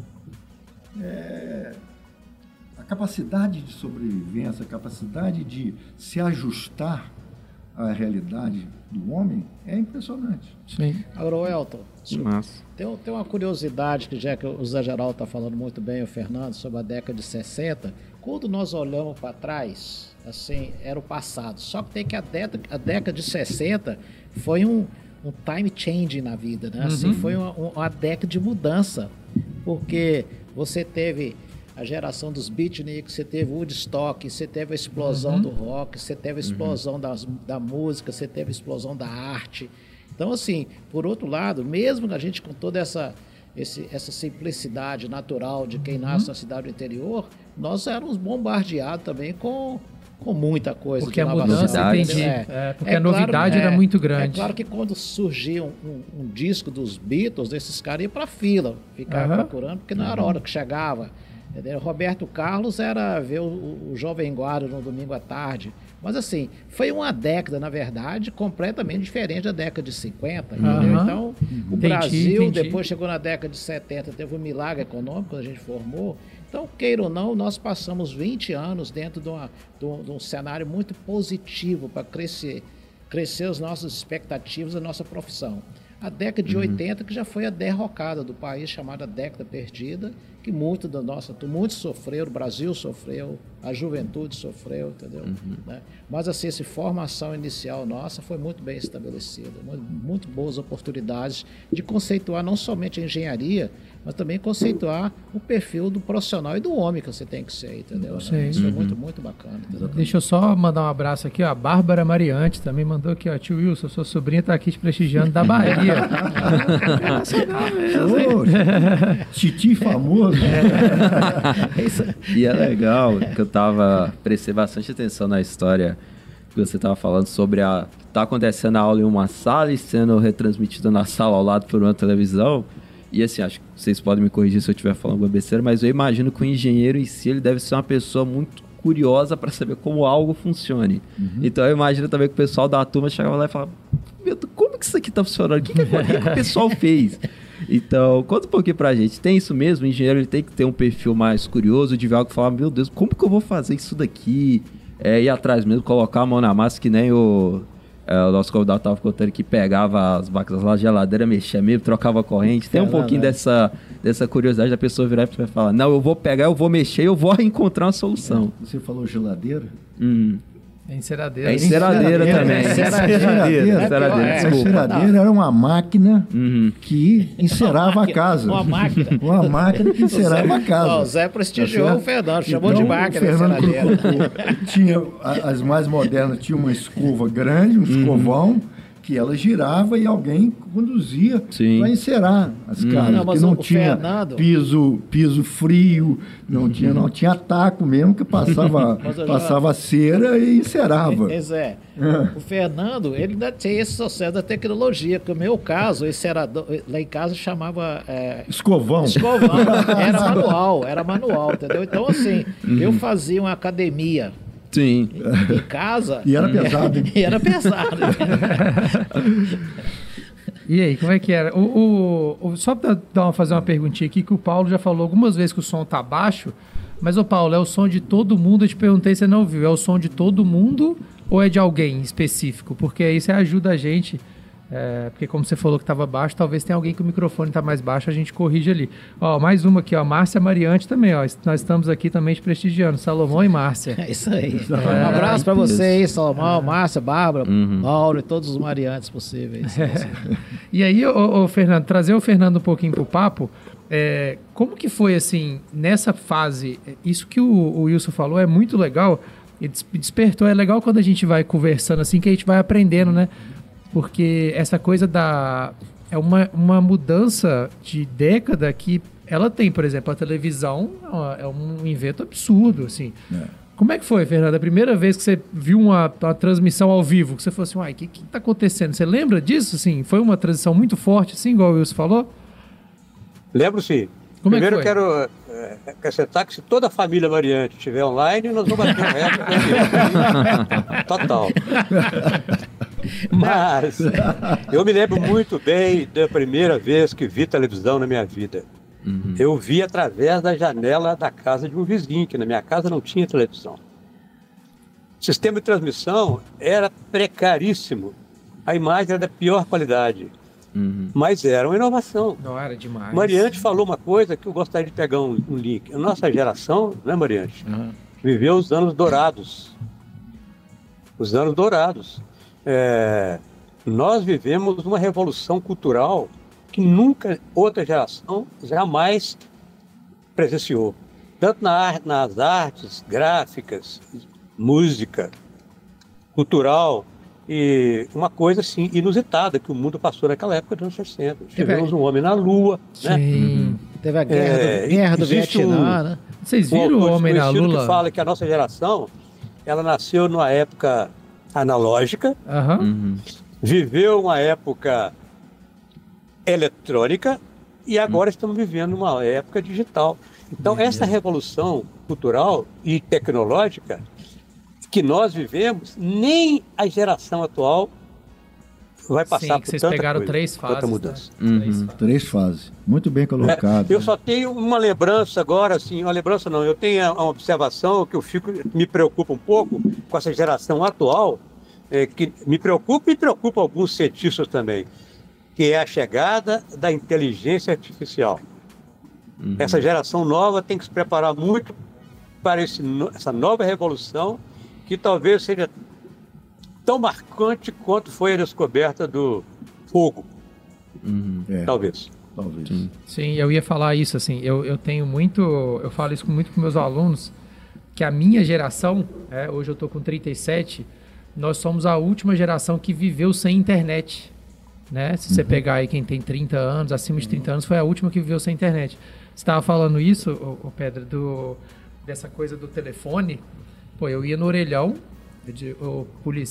D: é, a capacidade de sobrevivência, a capacidade de se ajustar à realidade do homem é impressionante.
C: Sim.
E: Agora, Elton,
B: Massa.
E: Tem, tem uma curiosidade que já que o Zé Geraldo está falando muito bem, o Fernando, sobre a década de sessenta. Quando nós olhamos para trás, assim, era o passado. Só que tem que a década, a década de sessenta foi um, um time change na vida, né? Assim, uhum. Foi uma, uma década de mudança, porque você teve a geração dos beatniks, você teve o Woodstock, você teve a explosão uhum. do rock, você teve a explosão uhum. das, da música, você teve a explosão da arte. Então, assim, por outro lado, mesmo a gente com toda essa, esse, essa simplicidade natural de quem nasce uhum. na cidade do interior, nós éramos bombardeados também com, com muita coisa.
C: Porque a mudança, entendi. É, é, porque é a novidade claro, era é, muito grande.
E: É claro que quando surgia um, um, um disco dos Beatles, esses caras iam para fila, ficavam uhum. procurando, porque não era a hora que chegava. Entendeu? Roberto Carlos era ver o, o Jovem Guarda no domingo à tarde. Mas assim, foi uma década, na verdade, completamente diferente da década de cinquenta. Uhum. Então, o entendi, Brasil, entendi. Depois chegou na década de setenta, teve um milagre econômico quando a gente formou. Então, queira ou não, nós passamos vinte anos dentro de, uma, de, um, de um cenário muito positivo para crescer, crescer as nossas expectativas, a nossa profissão. A década de uhum. oitenta, que já foi a derrocada do país, chamada década perdida, que muito da nossa, muitos sofreram, o Brasil sofreu, a juventude sofreu, entendeu? Uhum. Né? Mas assim, essa formação inicial nossa foi muito bem estabelecida, muito, muito boas oportunidades de conceituar não somente a engenharia, mas também conceituar o perfil do profissional e do homem que você tem que ser, entendeu? Né? Isso uhum. é muito, muito bacana. Entendeu?
C: Deixa eu só mandar um abraço aqui, ó. A Bárbara Mariante também mandou aqui, ó. Tio Wilson, sua sobrinha está aqui te prestigiando da Bahia.
D: Oh, Titi famoso.
B: É. E é legal que eu tava prestei bastante atenção na história que você estava falando sobre a tá acontecendo a aula em uma sala e sendo retransmitida na sala ao lado por uma televisão. E assim, acho que vocês podem me corrigir se eu estiver falando alguma besteira, mas eu imagino que o engenheiro em si, ele deve ser uma pessoa muito curiosa para saber como algo funcione. Uhum. Então eu imagino também que o pessoal da turma chegava lá e falava, meu Deus, como que isso aqui tá funcionando? O que, que, que, que o pessoal fez? Então, conta um pouquinho pra gente. Tem isso mesmo? O engenheiro ele tem que ter um perfil mais curioso de ver algo e falar, meu Deus, como que eu vou fazer isso daqui? É, ir atrás mesmo, colocar a mão na massa, que nem o... É, o nosso convidado estava contando que pegava as máquinas lá, geladeira, mexia mesmo, trocava a corrente. Tem um é, pouquinho dessa, dessa curiosidade da pessoa virar e falar, não, eu vou pegar, eu vou mexer, eu vou encontrar uma solução.
D: É, você falou geladeira?
B: Hum.
C: É enceradeira.
B: É enceradeira, enceradeira também.
D: É enceradeira. Enceradeira,
B: enceradeira,
D: é, desculpa. Enceradeira era uma máquina
B: uhum.
D: que encerava a casa.
E: Uma máquina.
D: Uma máquina que encerava a casa.
E: O Zé prestigiou tá o Fernando, chamou
D: então,
E: de máquina.
D: O Fernando colocou, tinha, as mais modernas tinham uma escova grande, um escovão, uhum. que ela girava e alguém conduzia para encerar as
B: hum.
D: casas.
E: Não, mas
D: que não
E: o
D: tinha
E: Fernando...
D: piso, piso frio, não, uhum. tinha, não tinha taco mesmo, que passava, passava já... cera e encerava.
E: Pois é. é. O Fernando, ele ainda tem esse sucesso da tecnologia, que no meu caso, esse era, lá em casa chamava... É,
D: escovão.
E: Escovão. Era manual, era manual, entendeu? Então, assim, uhum. eu fazia uma academia...
B: Sim.
E: Em casa.
D: E era pesado.
E: E era pesado.
C: E aí, como é que era? O, o, o, só para dar uma, fazer uma perguntinha aqui, que o Paulo já falou algumas vezes que o som tá baixo, mas, ô Paulo, é o som de todo mundo? Eu te perguntei, você não ouviu. É o som de todo mundo ou é de alguém específico? Porque aí você ajuda a gente... É, porque como você falou que estava baixo, talvez tenha alguém que o microfone está mais baixo, a gente corrige ali. Ó, mais uma aqui, ó, Márcia Mariante também, ó, nós estamos aqui também te prestigiando, Salomão e Márcia.
E: É isso aí. É, um abraço para vocês, Salomão, Márcia, Bárbara, uhum. Paulo e todos os Mariantes possíveis.
C: É. E aí, ô, ô, Fernando, trazer o Fernando um pouquinho pro papo, é, como que foi assim, nessa fase, isso que o, o Wilson falou é muito legal, e despertou, é legal quando a gente vai conversando assim, que a gente vai aprendendo, né? Porque essa coisa da... É uma, uma mudança de década que ela tem, por exemplo, a televisão é um invento absurdo, assim. É. Como é que foi, Fernando? A primeira vez que você viu uma, uma transmissão ao vivo, que você falou assim, uai, o que está acontecendo? Você lembra disso? Assim, foi uma transição muito forte, assim, igual o Wilson falou?
F: Lembro, sim.
C: Como
F: Primeiro
C: é que foi?
F: eu quero é, acrescentar que se toda a família Mariante estiver online, nós vamos bater um recorde. Total. Mas eu me lembro muito bem da primeira vez que vi televisão na minha vida. Uhum. Eu vi através da janela da casa de um vizinho, que na minha casa não tinha televisão. O sistema de transmissão era precaríssimo. A imagem era da pior qualidade. Uhum. Mas era uma inovação.
C: Não era demais.
F: Mariante falou uma coisa que eu gostaria de pegar um, um link. A nossa geração, né, Mariante? Uhum. Viveu os anos dourados. Os anos dourados. É, nós vivemos uma revolução cultural que nunca outra geração jamais presenciou. Tanto na, nas artes, gráficas, música, cultural, e uma coisa assim inusitada que o mundo passou naquela época dos anos sessenta. Tivemos um homem na Lua,
C: sim.
F: né?
E: Uhum. Teve a guerra, é, do, guerra do Vietnã,
F: um,
E: né?
C: Vocês viram
F: um
C: o Homem na Lua?
F: Que fala que a nossa geração, ela nasceu numa época analógica,
C: uhum.
F: Uhum. viveu uma época eletrônica e agora uhum. estamos vivendo uma época digital. Então, uhum. essa revolução cultural e tecnológica que nós vivemos, nem a geração atual vai passar
C: Sim,
F: por
C: vocês
F: tanta
C: pegaram
F: coisa,
C: três fases,
F: tanta mudança.
C: Né?
D: Uhum.
C: Três fases.
D: Três fases. Muito bem colocado.
F: É, eu só tenho uma lembrança agora, assim, uma lembrança não, eu tenho uma observação que eu fico, me preocupa um pouco com essa geração atual, é, que me preocupa e preocupa alguns cientistas também, que é a chegada da inteligência artificial. Uhum. Essa geração nova tem que se preparar muito para esse, essa nova revolução, que talvez seja tão marcante quanto foi a descoberta do fogo.
B: Uhum.
D: É,
F: talvez.
D: Talvez.
C: Sim. Sim, eu ia falar isso, assim, eu, eu tenho muito, eu falo isso muito com meus alunos, que a minha geração, é, hoje eu tô com trinta e sete, nós somos a última geração que viveu sem internet, né? Se você uhum. pegar aí quem tem trinta anos, acima de trinta anos, foi a última que viveu sem internet. Você estava falando isso, ô, ô Pedro, do, dessa coisa do telefone. Pô, eu ia no orelhão, eu digo, ô, polícia,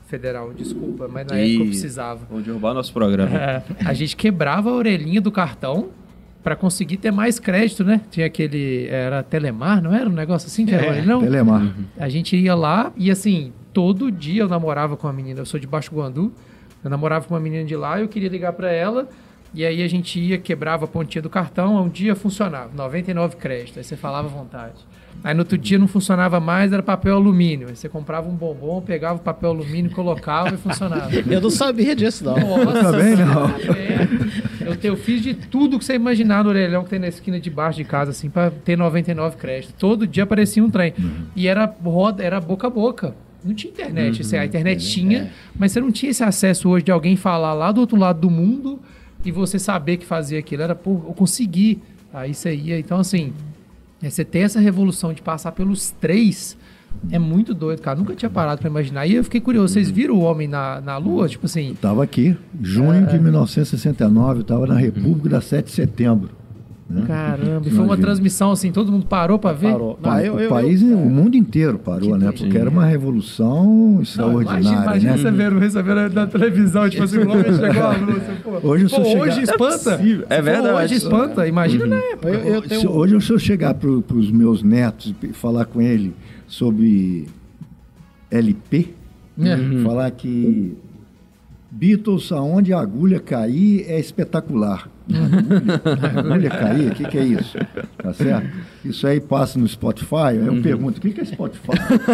C: federal, desculpa, mas na época eu precisava.
B: Vou derrubar nosso programa.
C: É, a gente quebrava a orelhinha do cartão para conseguir ter mais crédito, né? Tinha aquele... Era Telemar, não era um negócio assim que era
D: É,
C: orelhão?
D: Telemar.
C: Uhum. A gente ia lá e, assim, todo dia eu namorava com uma menina. Eu sou de Baixo Guandu. Eu namorava com uma menina de lá, eu queria ligar para ela. E aí a gente ia, quebrava a pontinha do cartão. Um dia funcionava, noventa e nove créditos. Aí você falava à vontade. Aí no outro dia não funcionava mais, era papel alumínio. Aí você comprava um bombom, pegava o papel alumínio, colocava e funcionava.
E: Eu não sabia disso, não.
C: Nossa,
D: também não.
C: É, eu, te- eu fiz de tudo que você imaginar no orelhão que tem na esquina de baixo de casa, assim, pra ter noventa e nove créditos. Todo dia aparecia um trem.
D: Uhum.
C: E era roda, era boca a boca. Não tinha internet. Assim, a internet
D: É.
C: tinha, mas você não tinha esse acesso hoje de alguém falar lá do outro lado do mundo e você saber que fazia aquilo. Era por eu conseguir. Aí você ia. Então, assim, é, você ter essa revolução de passar pelos três é muito doido, cara. Nunca tinha parado pra imaginar. E eu fiquei curioso. Vocês viram o homem na, na Lua? Tipo assim.
D: Estava aqui, junho de mil novecentos e sessenta e nove, eu estava na República da sete de setembro. Né?
C: Caramba, e foi uma
D: Imagina.
C: transmissão assim, todo mundo parou pra ver?
E: Parou.
D: O pa-
E: Não, eu-
D: o
E: eu-
D: país,
E: eu-
D: o mundo inteiro parou, né? Porque era uma revolução
C: Não,
D: extraordinária,
C: imagina, imagina
D: né?
C: você vendo, você vendo na televisão, tipo assim, o homem chegou à lua. Assim, pô,
D: Hoje eu
C: pô,
D: sou
C: hoje
D: chegar-
C: espanta.
B: É
C: Se for
B: verdade.
C: Hoje espanta, imagina na época.
E: Eu, eu tenho
D: Se- Hoje, se eu chegar para os meus netos e falar com ele sobre L P,
C: É.
D: falar que Beatles, aonde a agulha cair, é espetacular. Agulha, agulha cair, o que, que é isso? Tá certo? Isso aí passa no Spotify, aí eu pergunto, o que, que é Spotify?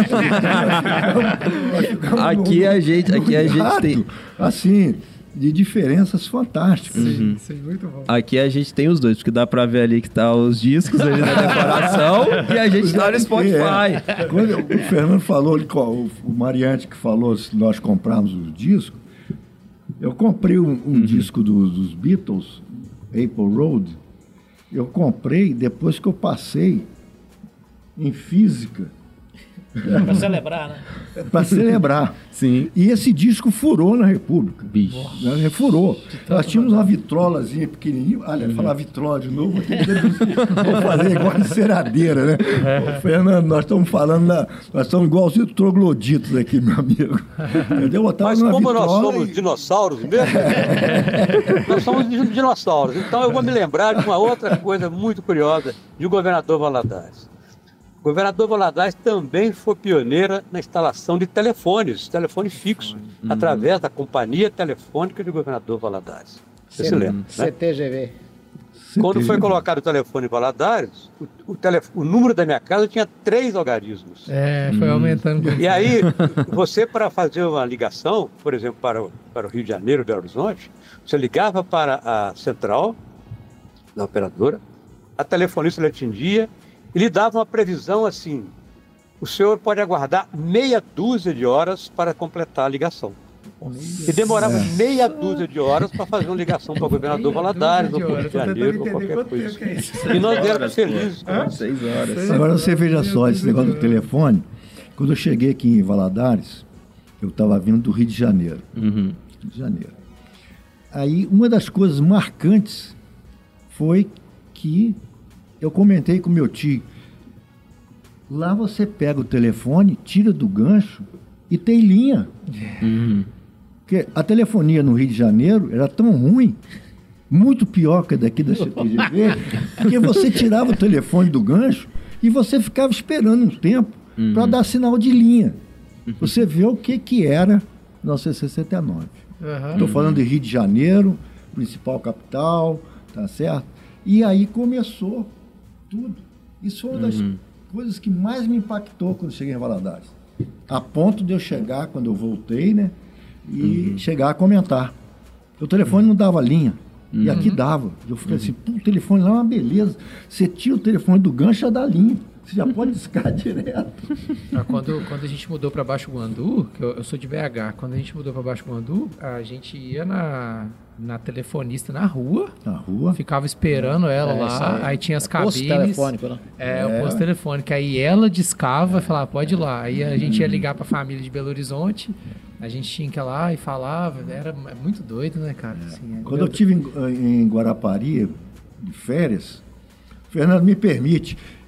D: Nós ficamos
B: Aqui
D: no-
B: a gente-
D: no
B: aqui a gente
D: hiato,
B: tem-
D: assim, de diferenças fantásticas.
C: Sim, sim, muito bom.
B: Aqui a gente tem os dois, porque dá pra ver ali que tá os discos ali na decoração e a gente tá no Spotify.
D: É. Quando o Fernando falou, ele co- o o Mariante que falou se nós comprarmos os discos, eu comprei um, um disco do- dos Beatles, Apple Road, eu comprei depois que eu passei em física
E: pra celebrar, né?
D: para celebrar.
B: Sim.
D: E esse disco furou na República.
B: Bicho.
D: Né? Furou. Nós tínhamos uma vitrolazinha pequenininha. Olha, falar vitrola de novo, vou fazer igual de ceradeira, né? Ô, Fernando, nós estamos falando, da, nós estamos igualzinho trogloditos aqui, meu amigo. Entendeu? Botava
F: Mas
D: numa
F: como nós
D: vitrola
F: somos
D: e-
F: dinossauros mesmo, nós somos di- dinossauros. Então eu vou me lembrar de uma outra coisa muito curiosa de o governador Valadares. O governador Valadares também foi pioneira na instalação de telefones, telefone fixo, através da Companhia Telefônica do governador Valadares. Você se lembra, né?
E: C T G V.
F: Quando foi colocado o telefone em Valadares, o, o, telef- o número da minha casa tinha três algarismos.
C: É, foi aumentando.
F: E aí, você para fazer uma ligação, por exemplo, para o, para o Rio de Janeiro, Belo Horizonte, você ligava para a central da operadora, a telefonista lhe atendia e lhe dava uma previsão assim, o senhor pode aguardar meia dúzia de horas para completar a ligação. E demorava meia dúzia de horas para fazer uma ligação para o governador Valadares, ou para o Rio de Janeiro, ou qualquer coisa. E nós éramos felizes com isso.
B: Seis horas.
D: Agora você veja só, esse negócio do telefone. Quando eu cheguei aqui em Valadares, eu estava vindo do Rio de Janeiro.
B: Uhum.
D: Rio de Janeiro. Aí, uma das coisas marcantes foi que eu comentei com meu tio. Lá você pega o telefone, tira do gancho e tem linha. Porque a telefonia no Rio de Janeiro era tão ruim, muito pior que a daqui da C T G V, porque você tirava o telefone do gancho e você ficava esperando um tempo para dar sinal de linha. Você vê o que, que era mil novecentos e sessenta e nove. Estou falando de Rio de Janeiro, principal capital, tá certo? E aí começou tudo. Isso foi uma das coisas que mais me impactou quando cheguei em Valadares. A ponto de eu chegar, quando eu voltei, né? E chegar a comentar. O telefone não dava linha. E aqui dava. Eu fiquei assim, pô, o telefone lá é uma beleza. Você tira o telefone do gancho, já dá linha. Você já pode discar direto.
C: Ah, Quando, quando a gente mudou para Baixo Guandu, que eu, eu sou de B H, quando a gente mudou para Baixo Guandu, a gente ia na, na telefonista na rua,
D: Na rua.
C: ficava esperando ela
E: É, isso
C: lá,
E: aí.
C: aí tinha as
E: Posto
C: cabines.
E: telefônico, né?
C: É, o posto telefônico. Aí ela discava e falava, pode ir lá. Aí a gente ia ligar para a família de Belo Horizonte, a gente tinha que ir lá e falava. Era muito doido, né, cara? Assim, é-
D: Quando eu estive em, em Guarapari, de férias, Fernando, me permite,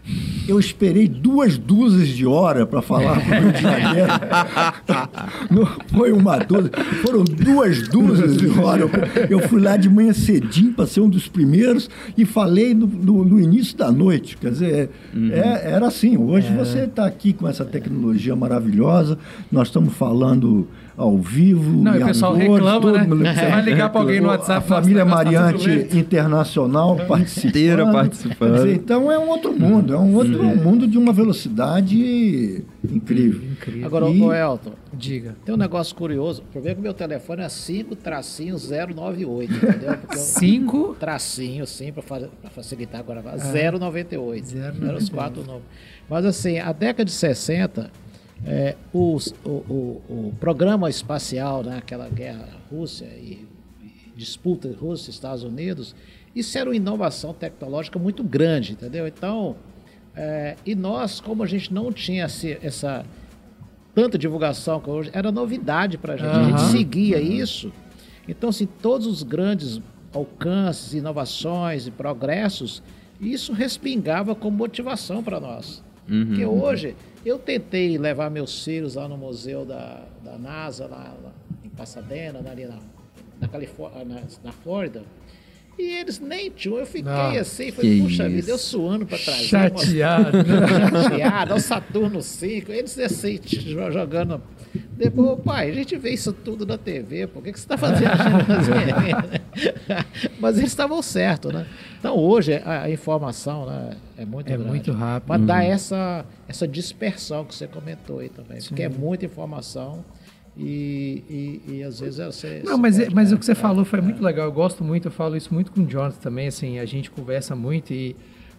D: Eu esperei duas dúzias de horas para falar com o Rio de Janeiro. Não foi uma dúzia, foram duas dúzias de horas. Eu fui lá de manhã cedinho para ser um dos primeiros e falei no, no, no início da noite. Quer dizer, uhum. é, era assim. Hoje é. você está aqui com essa tecnologia maravilhosa, nós estamos falando ao vivo.
C: Não, e o pessoal cores, reclama, né? Mundo, você vai ligar para alguém no WhatsApp.
D: A família Mariante Internacional participando.
B: participando.
D: Dizer, então é um outro mundo, é um outro uhum. mundo de uma velocidade incrível. incrível.
E: Agora, e... o Elton,
C: diga.
E: Tem um negócio curioso. O problema é que meu telefone é cinco tracinho zero nove oito, entendeu?
C: cinco
E: tracinho, sim, para facilitar agora. Ah. zero noventa e oito. Eram os quatro nomes. Mas assim, a década de sessenta. É, os, o, o, o programa espacial, né, aquela guerra Rússia e, e disputa Rússia e Estados Unidos, isso era uma inovação tecnológica muito grande, entendeu? Então, é, e nós, como a gente não tinha essa, essa tanta divulgação que hoje, era novidade para a gente, uhum. a gente seguia uhum. isso. Então, assim, todos os grandes alcances, inovações e progressos, isso respingava como motivação para nós. Uhum. Porque hoje, eu tentei levar meus filhos lá no museu da, da NASA, lá, lá em Pasadena, ali na, na Califórnia, na, na Flórida, e eles nem tinham. Eu fiquei ah, assim, falei, puxa vida, eu suando para trazer.
C: Chateado.
E: Uma... Chateado, ao Saturno cinco, eles assim, jogando. Depois, pai, a gente vê isso tudo na T V, por que, que você está fazendo isso? Mas eles estavam certos, né? Então, hoje, a, a informação, né, é muito
C: É
E: grande,
C: muito rápido.
E: Mas dá essa, essa dispersão que você comentou aí também, Sim. porque é muita informação e, e, e às vezes você...
C: Não, mas, pode, mas né? o que você é, falou foi é. muito legal, eu gosto muito, eu falo isso muito com o Jonathan também, assim, a gente conversa muito e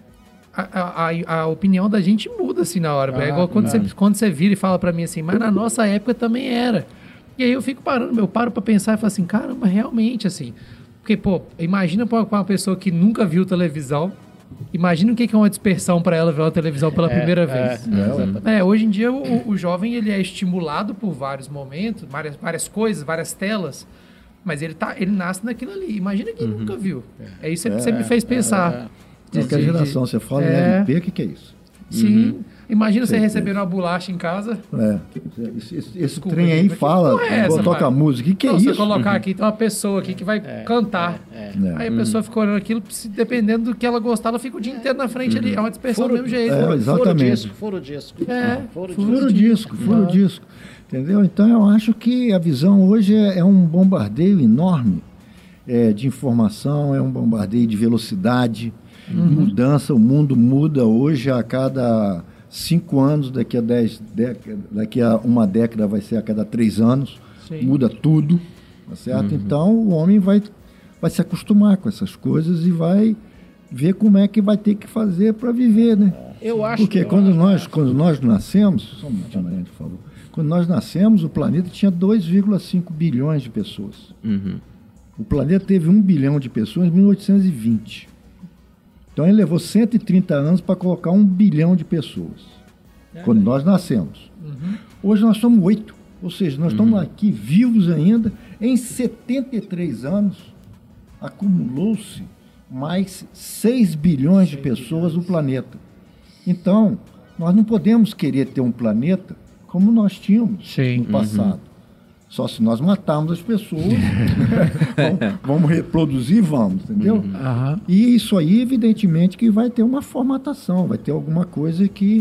C: A, a, a opinião da gente muda assim na hora. Ah, é igual quando você, quando você vira e fala pra mim assim, mas na nossa época também era. E aí eu fico parando, eu paro pra pensar e falo assim, caramba, realmente assim. Porque, pô, imagina pra uma pessoa que nunca viu televisão, imagina o que é uma dispersão pra ela ver uma televisão pela é, primeira é, vez. É, é, hoje em dia o, o jovem ele é estimulado por vários momentos, várias, várias coisas, várias telas, mas ele, tá, ele nasce naquilo ali. Imagina quem uhum. nunca viu. É isso que você me fez pensar.
D: De qualquer geração, você fala em é... L P, o que, que é isso?
C: Sim. Uhum. Imagina você receber uma bolacha em casa.
D: É. Esse, esse, esse trem aí fala, é essa, toca a música. O que, que é
C: não,
D: isso?
C: Você colocar aqui, tem uma pessoa aqui que vai é, cantar. É, é. Aí a pessoa fica olhando aquilo, dependendo do que ela gostar, ela fica o dia inteiro na frente uhum. ali. É uma dispersão furo, do mesmo jeito.
D: É, exatamente.
E: Furo disco, furo disco.
C: É,
E: furo,
D: furo disco, furo disco. Entendeu? Então eu acho que a visão hoje é, é um bombardeio enorme é, de informação, é um bombardeio de velocidade. Uhum. Mudança, o mundo muda hoje a cada cinco anos, daqui a dez décadas, daqui a uma década vai ser a cada três anos, Sim. muda tudo, tá certo? Uhum. Então o homem vai, vai se acostumar com essas coisas e vai ver como é que vai ter que fazer para viver, né?
E: Eu acho
D: Porque
E: que
D: quando,
E: eu
D: nós,
E: acho.
D: quando nós nascemos, só um minutinho, Mariana, por favor. Quando nós nascemos, o planeta tinha dois vírgula cinco bilhões de pessoas.
B: Uhum.
D: O planeta teve um bilhão de pessoas em mil oitocentos e vinte. Então ele levou cento e trinta anos para colocar um bilhão de pessoas, é, quando nós nascemos. Uhum. Hoje nós somos oito, ou seja, nós uhum. estamos aqui vivos ainda. Em setenta e três anos, acumulou-se mais seis bilhões de pessoas no planeta. Então, nós não podemos querer ter um planeta como nós tínhamos
C: Sim.
D: no passado. Uhum. Só se nós matarmos as pessoas, vamos, vamos reproduzir, vamos, entendeu?
C: Uhum.
D: E isso aí, evidentemente, que vai ter uma formatação, vai ter alguma coisa que,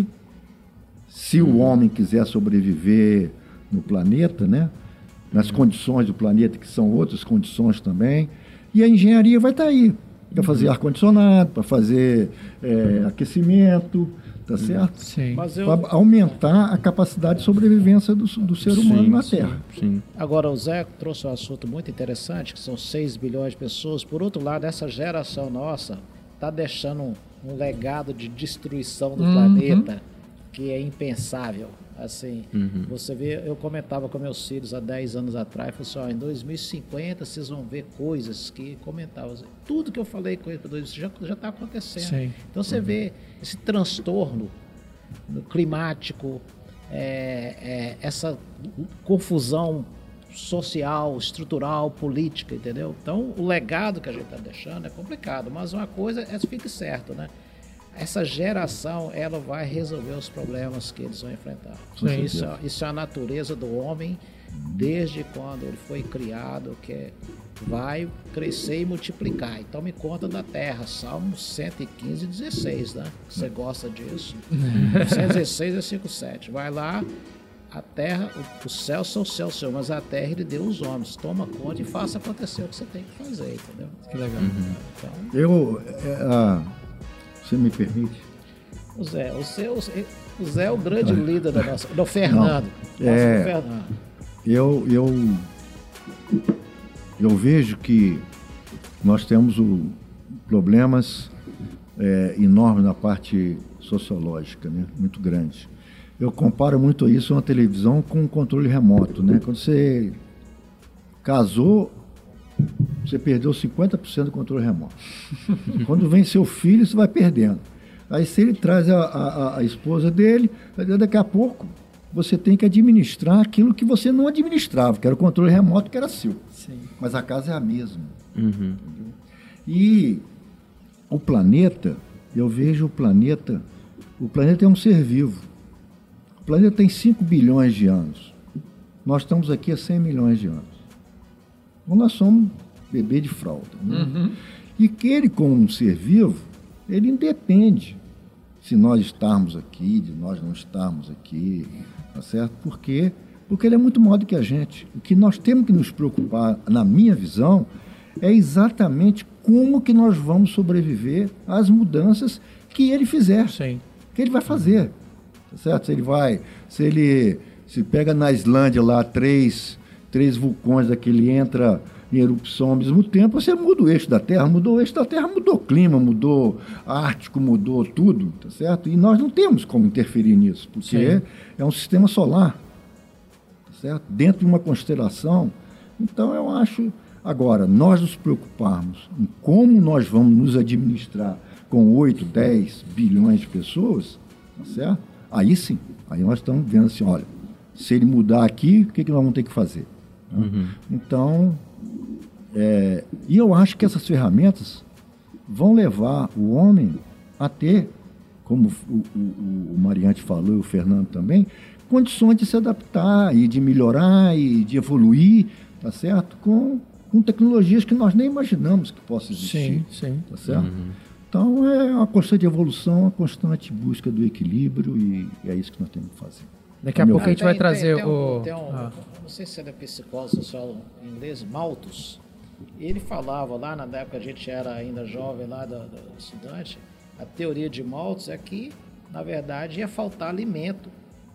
D: se o homem quiser sobreviver no planeta, né, nas condições do planeta, que são outras condições também, e a engenharia vai estar aí, para fazer ar-condicionado, para fazer é, aquecimento, tá certo?
C: Sim.
D: Para aumentar a capacidade de sobrevivência do, do ser humano sim, na Terra.
B: Sim, sim.
E: Agora, o Zé trouxe um assunto muito interessante, que são seis bilhões de pessoas. Por outro lado, essa geração nossa está deixando um, um legado de destruição do uhum. planeta que é impensável. Assim, uhum. você vê, eu comentava com meus filhos há dez anos atrás, falei assim, ó, em dois mil e cinquenta vocês vão ver coisas que comentavam. Tudo que eu falei com eles para dois mil e cinquenta já está acontecendo.
C: Sim.
E: Então você uhum. vê esse transtorno climático, é, é, essa confusão social, estrutural, política, entendeu? Então o legado que a gente está deixando é complicado, mas uma coisa é fique certo, né? essa geração ela vai resolver os problemas que eles vão enfrentar.
C: Sim.
E: Isso, isso é a natureza do homem desde quando ele foi criado, que é, vai crescer e multiplicar. Então me conta da terra, Salmo cento e quinze, dezesseis, né? Você gosta disso? cento e dezesseis, versículo sete. Vai lá, a terra, o, o céu são os céus, Senhor, mas a terra ele deu os homens. Toma conta e faça acontecer o que você tem que fazer, entendeu?
C: Que legal.
E: Então,
D: Eu, é, ah, você me permite?
E: o Zé, o, seu, o Zé é o grande líder da nossa. Do Fernando.
D: Não, é-
E: Nossa, do Fernando.
D: Eu, eu, eu vejo que nós temos o, problemas é, enormes na parte sociológica, né? Muito grandes. Eu comparo muito isso uma televisão com um controle remoto, né? Quando você casou, você perdeu cinquenta por cento do controle remoto. Quando vem seu filho, você vai perdendo. Aí se ele traz a, a, a esposa dele, daqui a pouco você tem que administrar aquilo que você não administrava, que era o controle remoto, que era seu.
C: Sim.
D: Mas a casa é a mesma.
B: Uhum.
D: E o planeta, eu vejo o planeta, o planeta é um ser vivo. O planeta tem cinco bilhões de anos. Nós estamos aqui há cem milhões de anos. Então nós somos bebê de fralda. Né?
C: Uhum.
D: E que ele, como um ser vivo, ele independe se nós estarmos aqui, de nós não estarmos aqui, tá certo? Por quê? Porque ele é muito maior do que a gente. O que nós temos que nos preocupar, na minha visão, é exatamente como que nós vamos sobreviver às mudanças que ele fizer,
C: Sim.
D: que ele vai fazer, tá certo? Se ele vai, se ele se pega na Islândia lá três, três vulcões daquele entra em erupção ao mesmo tempo, você muda o eixo da Terra, mudou o eixo da Terra, mudou o clima, mudou Ártico, mudou tudo, tá certo? E nós não temos como interferir nisso, porque
C: Sim.
D: é um sistema solar, tá certo? Dentro de uma constelação. Então eu acho, agora, nós nos preocuparmos em como nós vamos nos administrar com oito, dez bilhões de pessoas, tá certo? Aí sim, aí nós estamos vendo assim, olha, se ele mudar aqui, o que, que nós vamos ter que fazer?
B: Uhum.
D: Então, é, e eu acho que essas ferramentas vão levar o homem a ter, como o, o, o Mariante falou e o Fernando também, condições de se adaptar e de melhorar e de evoluir, tá certo? Com, com tecnologias que nós nem imaginamos que possam existir.
C: Sim, sim.
D: Tá certo?
B: Uhum.
D: Então, é uma constante evolução, uma constante busca do equilíbrio e é isso que nós temos que fazer.
C: Daqui a
D: Meu
C: pouco a gente vai
E: Tem-
C: trazer
E: tem- tem um-
C: o...
E: tem um-
C: Ah.
E: Não sei se ele é psicólogo, social em inglês, Malthus. Ele falava lá, na época a gente era ainda jovem, lá da, da estudante, a teoria de Malthus é que, na verdade, ia faltar alimento.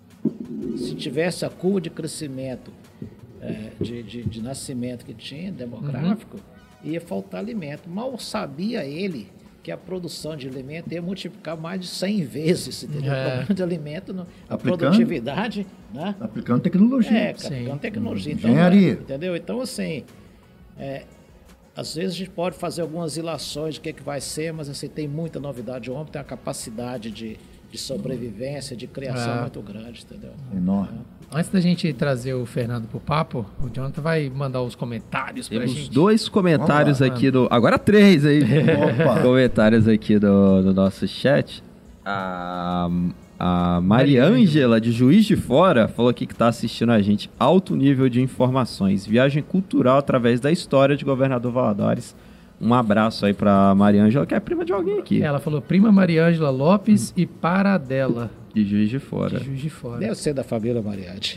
E: Se tivesse a curva de crescimento, é, de, de, de nascimento que tinha, demográfico, ia faltar alimento. Mal sabia ele que a produção de alimento ia multiplicar mais de cem vezes, entendeu?
C: É.
E: O problema de alimento, não- a
D: Aplicando?
E: produtividade, né?
D: Aplicando tecnologia.
E: É,
C: Sim.
E: aplicando tecnologia. Então,
D: Engenharia.
E: é, entendeu? Então, assim, é, às vezes a gente pode fazer algumas ilações de o que, é que vai ser, mas assim, tem muita novidade. O homem tem uma capacidade de, de sobrevivência, de criação
C: É.
E: muito grande, entendeu?
D: Enorme.
C: Antes da gente trazer o Fernando pro papo, o Jonathan vai mandar os comentários pra
B: Temos
C: gente.
B: dois comentários
C: Vamos lá,
B: aqui do. Agora três aí.
D: Opa.
B: Comentários aqui do, do nosso chat. A, a Mariângela, de Juiz de Fora, falou aqui que tá assistindo a gente. Alto nível de informações. Viagem cultural através da história de Governador Valadares. Um abraço aí pra Mariângela, que é prima de alguém aqui.
C: Ela falou prima Mariângela Lopes e Paradela,
B: De Juiz de Fora.
C: de Juiz de Fora.
E: Deve ser da família Mariatti.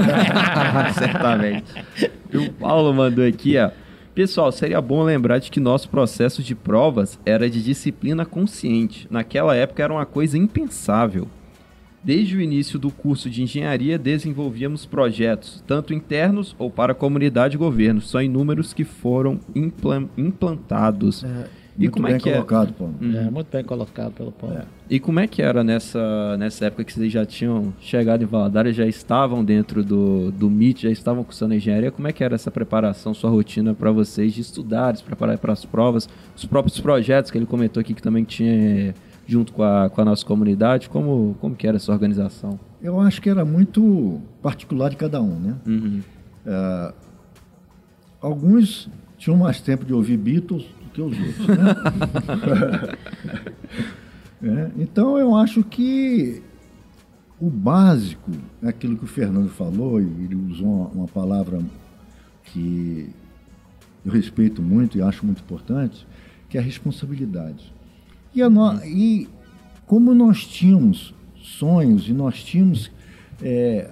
B: Certamente. E o Paulo mandou aqui, ó. Pessoal, seria bom lembrar de que nosso processo de provas era de disciplina consciente. Naquela época era uma coisa impensável. Desde o início do curso de engenharia, desenvolvíamos projetos, tanto internos ou para a comunidade e governo. São inúmeros que foram implan- implantados. E
D: Muito
B: como
D: bem
B: é que é?
D: colocado, Paulo.
E: É, muito bem colocado pelo Paulo.
B: E como é que era nessa, nessa época que vocês já tinham chegado em Valadares, já estavam dentro do, do M I T, já estavam cursando engenharia? Como é que era essa preparação, sua rotina para vocês de estudar, de se preparar para as provas, os próprios projetos que ele comentou aqui que também tinha junto com a, com a nossa comunidade? Como, como que era essa organização?
D: Eu acho que era muito particular de cada um, né?
B: Uhum.
D: É, alguns tinham mais tempo de ouvir Beatles do que os outros, né? É, então, eu acho que o básico, aquilo que o Fernando falou, e ele usou uma, uma palavra que eu respeito muito e acho muito importante, que é a responsabilidade. E, a no, e como nós tínhamos sonhos e nós tínhamos é,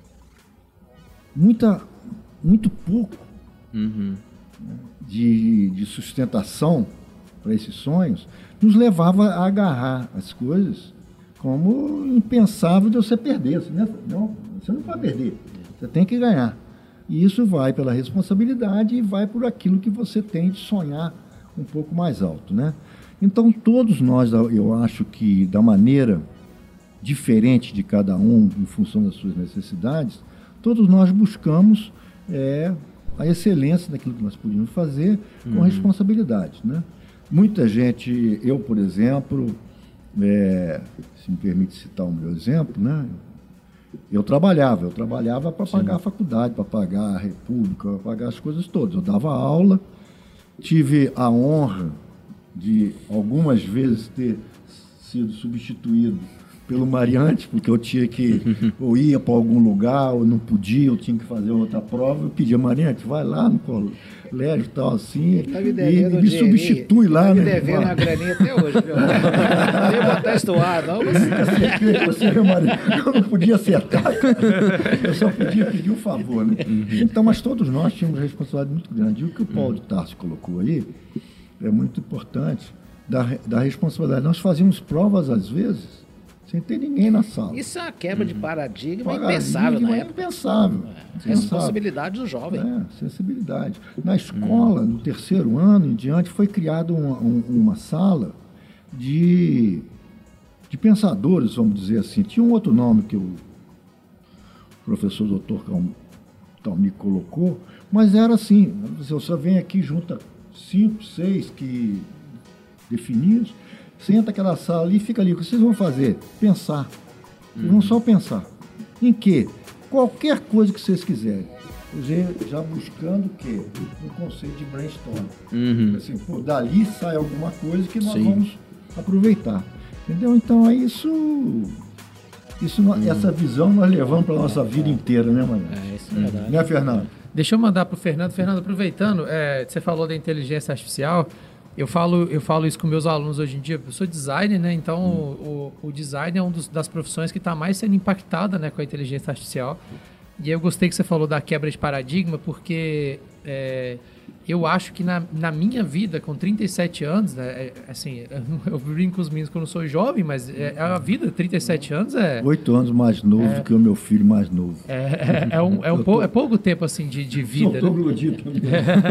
D: muita, muito pouco
B: Uhum.
D: né, de, de sustentação para esses sonhos, nos levava a agarrar as coisas como impensável de você perder. Né? Não, você não pode perder, você tem que ganhar. E isso vai pela responsabilidade e vai por aquilo que você tem de sonhar um pouco mais alto, né? Então, todos nós, eu acho que da maneira diferente de cada um, em função das suas necessidades, todos nós buscamos é, a excelência daquilo que nós podíamos fazer com
B: Uhum.
D: responsabilidade, né? Muita gente, eu, por exemplo, é, se me permite citar o meu exemplo, né? Eu trabalhava, eu trabalhava para pagar a faculdade, para pagar a república, para pagar as coisas todas. Eu dava aula, tive a honra de algumas vezes ter sido substituído pelo Mariante, porque eu tinha que, ou ia para algum lugar, ou não podia, eu tinha que fazer outra prova, eu pedia, Mariante, vai lá no colégio e tal, assim,
E: Tá me
D: e
E: devendo
D: me
E: um
D: substitui
E: dinheirinho.
D: lá,
E: Tá me
D: né?
E: devendo uma graninha até hoje, viu? Não ia botar estuar, não. Mas...
D: Você, meu marido, eu não podia acertar, cara. Eu só podia pedir um favor, né? Então, mas todos nós tínhamos responsabilidade muito grande. E o que o Paulo de Tarso colocou aí é muito importante, da, da responsabilidade. Nós fazíamos provas, às vezes, sem ter ninguém na sala.
E: Isso é uma quebra de paradigma
D: Paradigma
E: impensável na
D: é
E: época.
D: impensável.
E: É, responsabilidade do jovem.
D: É, sensibilidade. Na escola, no terceiro ano em diante, foi criada uma, um, uma sala de, de pensadores, vamos dizer assim. Tinha um outro nome que o professor doutor Talmi colocou, mas era assim, você só vem aqui, junta cinco, seis que definidos, senta aquela sala ali e fica ali. O que vocês vão fazer? Pensar. Vocês vão só pensar. Em quê? Qualquer coisa que vocês quiserem. Já buscando o quê? Um conceito de brainstorm.
B: Uhum.
D: Assim, pô, dali sai alguma coisa que nós
B: Sim.
D: vamos aproveitar. Entendeu? Então, é isso... isso
B: Uhum.
D: Essa visão nós levamos para a nossa vida inteira, né, Maria?
E: É, isso é verdade.
D: Né, Fernando?
C: Deixa eu mandar para o Fernando. Fernando, aproveitando, é, você falou da inteligência artificial. Eu falo, eu falo isso com meus alunos hoje em dia. Eu sou designer, né? Então, o, o design é uma das profissões que está mais sendo impactada, né, com a inteligência artificial. E eu gostei que você falou da quebra de paradigma, porque é, eu acho que na, na minha vida, com trinta e sete anos, né, é, assim, eu brinco com os meninos que eu não sou jovem, mas é, a vida, trinta e sete anos é...
D: Oito anos mais novo
C: É.
D: do que o meu filho mais novo.
C: É, é, é um, é, um pou, é pouco tempo, assim, de, de vida,
D: Eu tô
C: né?
D: gludido também.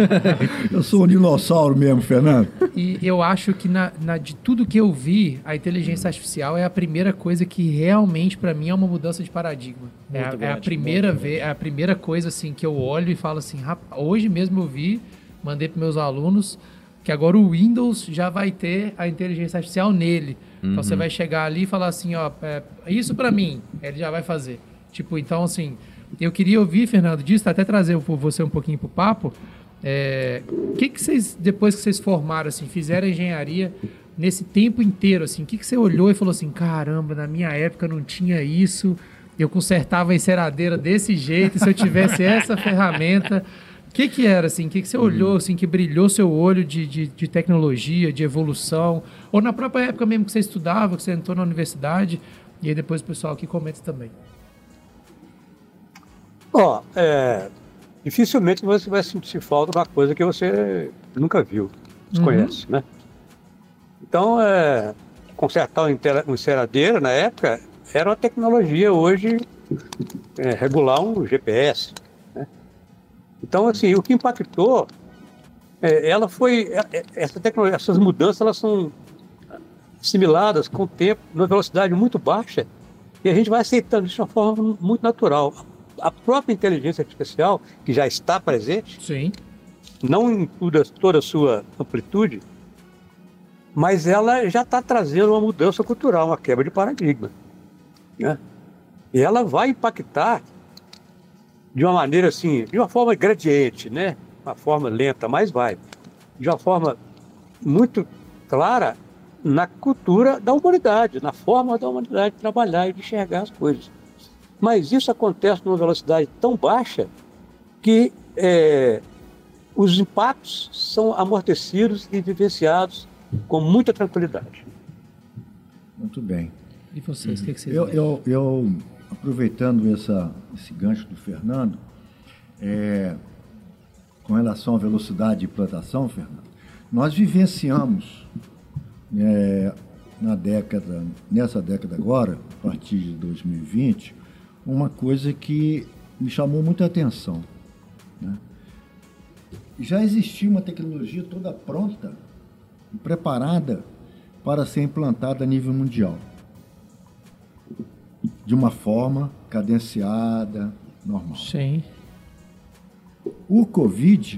D: Eu sou um dinossauro mesmo, Fernando.
C: E eu acho que na, na- de tudo que eu vi, a inteligência artificial é a primeira coisa que realmente, para mim, é uma mudança de paradigma. É a,
E: Muito
C: é a
E: grande,
C: primeira
E: muito
C: vez, é a primeira coisa assim que eu olho e falo assim, "Rapaz, hoje mesmo eu vi, mandei para meus alunos que agora o Windows já vai ter a inteligência artificial nele. Então você vai chegar ali e falar assim, ó, é, isso para mim, ele já vai fazer. Tipo, então assim, eu queria ouvir, Fernando, disso, até trazer você um pouquinho pro papo. É, o que que vocês, depois que vocês formaram, assim, fizeram engenharia nesse tempo inteiro, assim, o que que você olhou e falou assim, caramba, na minha época não tinha isso, eu consertava a enceradeira desse jeito, se eu tivesse essa ferramenta, o que que era, assim, o que que você olhou, assim, que brilhou seu olho de, de, de tecnologia, de evolução, ou na própria época mesmo que você estudava, que você entrou na universidade, e aí depois o pessoal aqui comenta também.
F: Ó, é, dificilmente você vai sentir falta de uma coisa que você nunca viu, desconhece, né? Então, é, consertar uma intera- uma enceradeira na época era uma tecnologia, hoje é, regular um G P S, né? Então, assim, o que impactou, é, ela foi, é, é, essa tecnologia, essas mudanças, elas são assimiladas com o tempo, numa velocidade muito baixa, e a gente vai aceitando isso de uma forma muito natural. A própria inteligência artificial, que já está presente,
C: Sim.
F: não em toda, toda a sua amplitude, mas ela já está trazendo uma mudança cultural, uma quebra de paradigma, né? E ela vai impactar de uma maneira assim, de uma forma gradiente, né? Uma forma lenta, mas vai. De uma forma muito clara, na cultura da humanidade, na forma da humanidade de trabalhar e de enxergar as coisas. Mas isso acontece numa velocidade tão baixa que é, os impactos são amortecidos e vivenciados com muita tranquilidade.
D: Muito bem.
C: E vocês, o uhum. que, que vocês
D: eu,
C: acham?
D: Eu, eu, aproveitando essa, esse gancho do Fernando, é, com relação à velocidade de implantação, Fernando, nós vivenciamos é, na década, nessa década agora, a partir de dois mil e vinte, uma coisa que me chamou muita atenção, né? Já existia uma tecnologia toda pronta e preparada para ser implantada a nível mundial, de uma forma cadenciada, normal.
C: Sim.
D: O Covid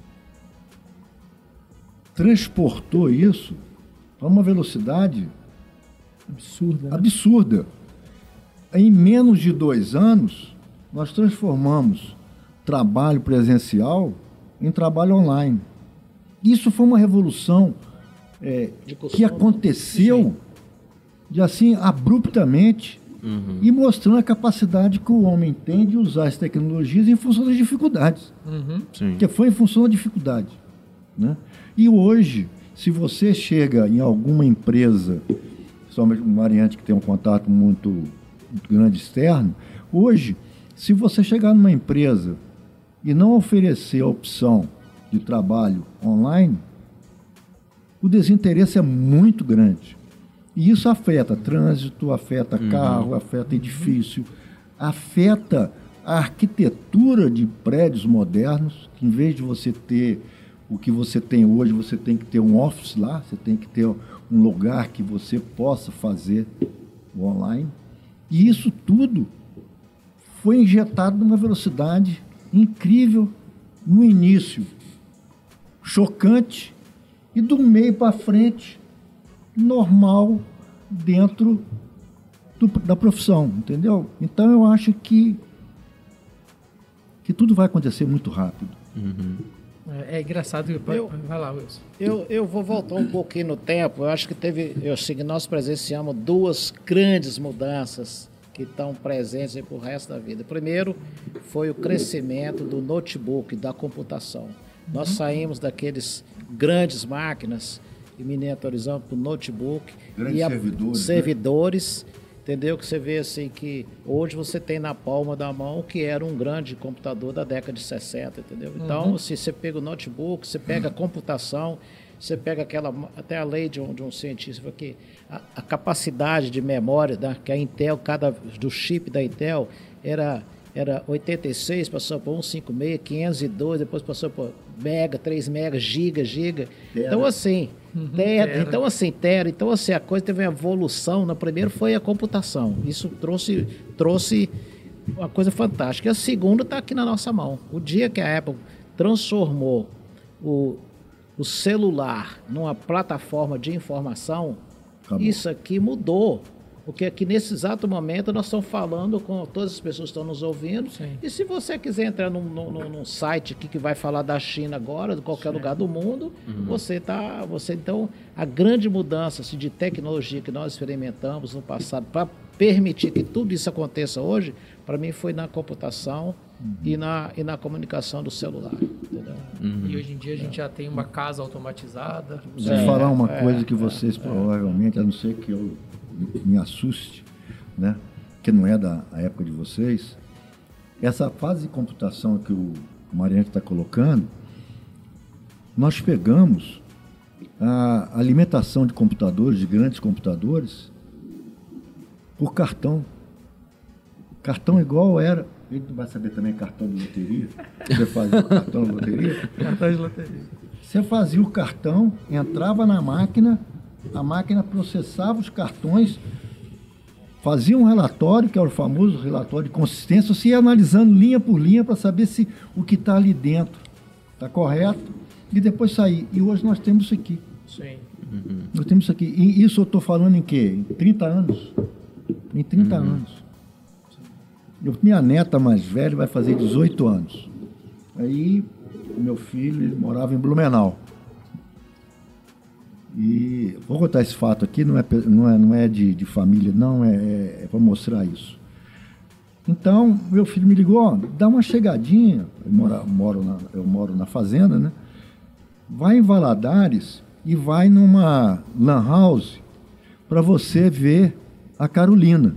D: transportou isso a uma velocidade
C: absurda, né?
D: absurda. Em menos de dois anos, nós transformamos trabalho presencial em trabalho online. Isso foi uma revolução é, que aconteceu de assim abruptamente uhum. e mostrando a capacidade que o homem tem de usar as tecnologias em função das dificuldades.
C: Uhum.
D: Que foi em função da dificuldade, né? E hoje, se você chega em alguma empresa, somente um variante que tem um contato muito, muito grande externo, hoje, se você chegar numa empresa e não oferecer a opção de trabalho online, o desinteresse é muito grande. E isso afeta trânsito, afeta uhum. carro, afeta edifício, afeta a arquitetura de prédios modernos, que em vez de você ter o que você tem hoje, você tem que ter um office lá, você tem que ter um lugar que você possa fazer o online. E isso tudo foi injetado numa velocidade incrível no início, chocante, e do meio para frente, normal dentro do, da profissão, entendeu? Então eu acho que que tudo vai acontecer muito rápido.
C: Uhum. É, é engraçado. Eu, vai lá, Wilson.
E: Eu, eu vou voltar um pouquinho no tempo. Eu acho que teve, eu sei que nós presenciamos duas grandes mudanças que estão presentes para o resto da vida. Primeiro foi o crescimento do notebook, da computação. Uhum. Nós saímos daqueles grandes máquinas e miniaturizamos para o notebook.
D: Grandes
E: e a,
D: servidores.
E: servidores né? Entendeu? Que você vê assim que hoje você tem na palma da mão o que era um grande computador da década de sessenta, entendeu? Então, uhum. se você pega o notebook, você pega a computação, você pega aquela, até a lei de um, de um cientista aqui, a, a capacidade de memória da, que a Intel, cada do chip da Intel era, era oitenta e seis, passou por cento e cinquenta e seis, quinhentos e dois, depois passou por mega, três mega, giga, giga. Tera. Então, assim, uhum, tera, tera. Então, assim, tera. Então, assim, a coisa teve uma evolução. No primeiro foi a computação. Isso trouxe, trouxe uma coisa fantástica. E a segunda está aqui na nossa mão. O dia que a Apple transformou o, o celular numa plataforma de informação, acabou. Isso aqui mudou. Porque aqui nesse exato momento nós estamos falando com todas as pessoas que estão nos ouvindo. Sim. E se você quiser entrar num, num, num site aqui que vai falar da China agora, de qualquer Sim. lugar do mundo, uhum. você está... Você, então, a grande mudança assim, de tecnologia que nós experimentamos no passado para permitir que tudo isso aconteça hoje, para mim foi na computação uhum. e, na, e na comunicação do celular. Entendeu?
C: Uhum. E hoje em dia a gente é. já tem uma casa automatizada.
D: Deixa eu é, falar uma é, coisa que vocês é, provavelmente, a não ser que eu me assuste, né? Que não é da época de vocês, essa fase de computação que o Mariante está colocando, nós pegamos a alimentação de computadores, de grandes computadores, por cartão. Cartão igual era, ele não vai saber também cartão de loteria, você fazia o cartão de loteria?
C: Cartão de loteria.
D: Você fazia o cartão, entrava na máquina, a máquina processava os cartões, fazia um relatório, que é o famoso relatório de consistência, você ia analisando linha por linha para saber se o que está ali dentro está correto, e depois sair. E hoje nós temos isso aqui.
C: Sim.
D: Uhum. Nós temos isso aqui. E isso eu estou falando em quê? Em trinta anos. Em trinta uhum. anos. Eu, minha neta mais velha vai fazer dezoito anos. Aí, meu filho ele morava em Blumenau. E vou contar esse fato aqui, não é, não é, não é de, de família, não, é, é para mostrar isso. Então, meu filho me ligou, ó, dá uma chegadinha, eu moro, moro na, eu moro na fazenda, né? Vai em Valadares e vai numa lan house para você ver a Carolina.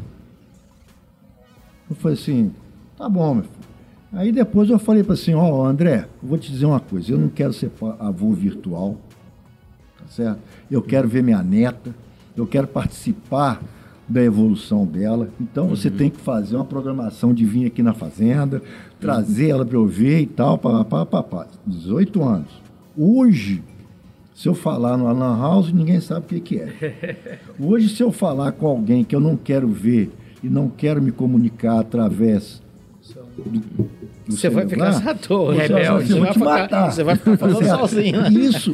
D: Eu falei assim, tá bom, meu filho. Aí depois eu falei para assim, ó, André, eu vou te dizer uma coisa, eu não quero ser avô virtual, tá certo? Eu quero ver minha neta, eu quero participar da evolução dela, então uhum. você tem que fazer uma programação de vir aqui na fazenda, trazer ela para eu ver e tal, pá, pá, pá, pá. dezoito anos. Hoje, se eu falar no Lan House, ninguém sabe o que, que é. Hoje, se eu falar com alguém que eu não quero ver e não quero me comunicar através do, do
E: você vai ficar à toa,
D: você,
E: rebelde.
D: Você vai te matar.
E: Você vai ficar falando sozinho.
D: Isso,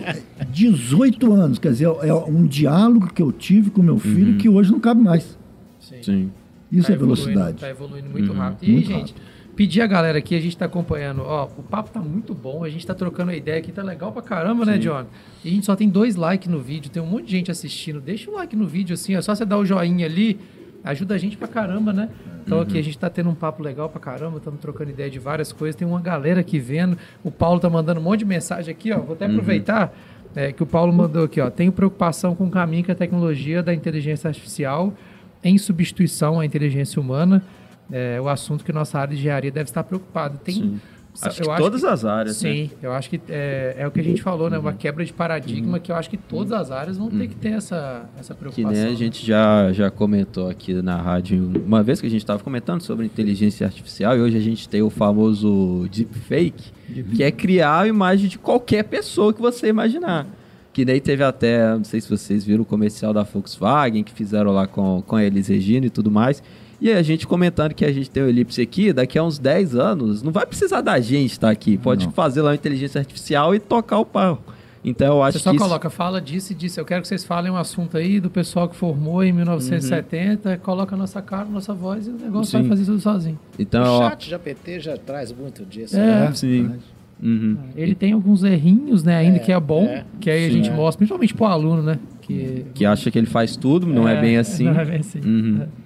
D: dezoito anos, quer dizer, é um diálogo que eu tive com meu filho uhum. que hoje não cabe mais.
C: Sim.
B: Sim.
D: Isso
C: tá
D: é velocidade.
C: Está evoluindo muito
B: uhum.
C: rápido. E,
D: muito
C: gente,
D: rápido.
C: pedir a galera aqui, a gente está acompanhando, ó, o papo tá muito bom, a gente tá trocando a ideia aqui, tá legal pra caramba, Sim. né, John? E a gente só tem dois likes no vídeo, tem um monte de gente assistindo. Deixa um like no vídeo, assim, é só você dar o joinha ali, ajuda a gente pra caramba, né? Então uhum. aqui a gente tá tendo um papo legal pra caramba, estamos trocando ideia de várias coisas, tem uma galera aqui vendo, o Paulo tá mandando um monte de mensagem aqui, ó, vou até aproveitar uhum. é, que o Paulo mandou aqui, ó, tenho preocupação com o caminho que a tecnologia da inteligência artificial em substituição à inteligência humana, é o assunto que nossa área de engenharia deve estar preocupada. Tem,
B: Sim. Acho
C: eu
B: que
C: acho
B: todas
C: que,
B: as áreas,
C: Sim,
B: né?
C: eu acho que é, é o que a gente falou, né?
B: Uhum.
C: Uma quebra de paradigma
B: uhum.
C: que eu acho que todas as áreas vão ter que ter essa, essa preocupação.
B: Que nem a gente já, já comentou aqui na rádio, uma vez que a gente estava comentando sobre inteligência artificial, e hoje a gente tem o famoso deepfake, deepfake, que é criar a imagem de qualquer pessoa que você imaginar. Que nem teve até, não sei se vocês viram o comercial da Volkswagen, que fizeram lá com, com a Elis Regina e tudo mais. E a gente comentando que a gente tem o Elipse aqui, daqui a uns dez anos, não vai precisar da gente estar aqui. Pode não. fazer lá uma inteligência artificial e tocar o pau. Então eu acho
C: que... Você só
B: que
C: coloca, isso... fala disso e disso. Eu quero que vocês falem um assunto aí do pessoal que formou em mil novecentos e setenta, uhum. coloca a nossa cara, a nossa voz e o negócio sim. vai fazer tudo sozinho.
E: Então, o chat G P T já traz muito disso.
C: É,
E: né?
B: sim.
C: Uhum. Ele tem alguns errinhos, né, ainda é, que é bom, é, que aí sim, a gente é. mostra, principalmente pro aluno, né? Que,
B: que acha que ele faz tudo, não é, é bem assim.
C: Não é bem assim.
B: Uhum.
C: É.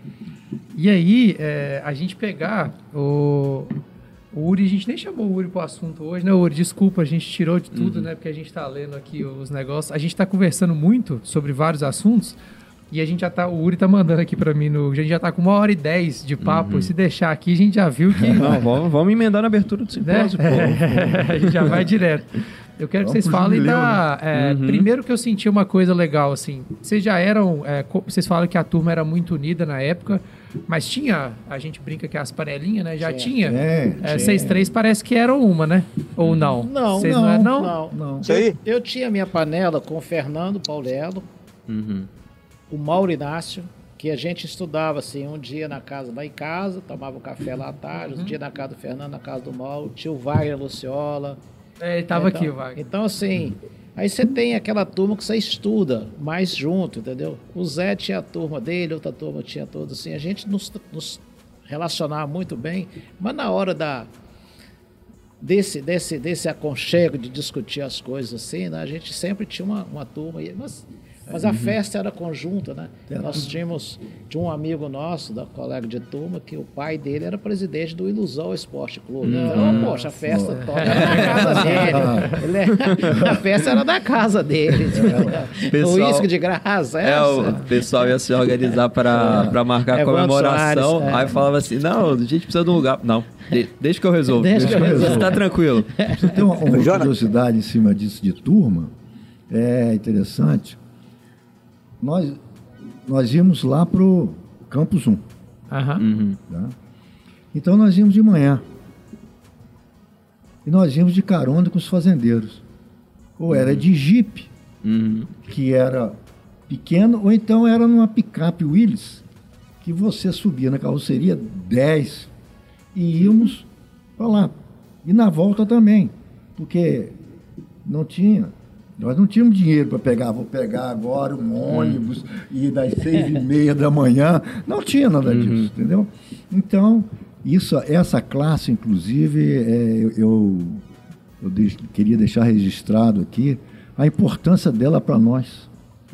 C: E aí, é, a gente pegar o, o Uri, a gente nem chamou o Uri pro assunto hoje, né, Uri? Desculpa, a gente tirou de tudo, uhum. né? Porque a gente tá lendo aqui os negócios. A gente tá conversando muito sobre vários assuntos e a gente já tá, o Uri tá mandando aqui pra mim, no, a gente já tá com uma hora e dez de papo. Uhum. E se deixar aqui, a gente já viu que...
B: Não, vamos, vamos emendar na abertura do simpósio, né?
C: pô. A gente já vai direto. Eu quero vamos que vocês falem da... É, uhum. Primeiro que eu senti uma coisa legal, assim. Vocês já eram... É, vocês falam que a turma era muito unida na época, mas tinha... A gente brinca que as panelinhas, né? Já tinha. tinha. É, é, vocês três parece que eram uma, né? Ou não?
E: Não,
C: vocês
E: não,
C: não, é,
E: não. não, não.
F: Eu,
E: eu tinha minha panela com o Fernando Paulello,
B: uhum.
E: o Mauro Inácio, que a gente estudava, assim, um dia na casa, lá em casa, tomava um café lá à tarde, uhum. um dia na casa do Fernando, na casa do Mauro, tinha o Wagner Luciola...
C: É, ele tava
E: então,
C: aqui, o Wagner.
E: Então, assim, aí você tem aquela turma que você estuda mais junto, entendeu? O Zé tinha a turma dele, outra turma tinha todos, assim, a gente nos, nos relacionava muito bem, mas na hora da, desse, desse, desse aconchego de discutir as coisas, assim, né, a gente sempre tinha uma, uma turma, mas, mas a uhum. festa era conjunta, né? É. Nós tínhamos, tinha um amigo nosso, da colega de turma, que o pai dele era presidente do Ilusão Esporte Clube. Uhum. Então, poxa, a festa uhum. toda era da casa dele. Ele é, a festa era da casa dele. O uísque de graça.
B: É, o pessoal ia se organizar para é. marcar a comemoração. Soares, é. Aí falava assim, não, a gente precisa de um lugar. Não, de, deixa que eu resolvo.
E: Deixa, deixa que eu resolvo.
B: Tá tranquilo.
D: Você tem uma, uma curiosidade em cima disso de turma, é interessante. Nós, nós íamos lá para o Campus um.
C: Uhum.
D: Tá? Então nós íamos de manhã. E nós íamos de carona com os fazendeiros. Ou era de jipe,
B: uhum.
D: que era pequeno, ou então era numa picape Willys, que você subia na carroceria dez e íamos para lá. E na volta também, porque não tinha... Nós não tínhamos dinheiro para pegar, vou pegar agora um ônibus e ir das seis e meia da manhã. Não tinha nada disso, uhum. entendeu? Então, isso, essa classe, inclusive, é, eu, eu de, queria deixar registrado aqui a importância dela para nós.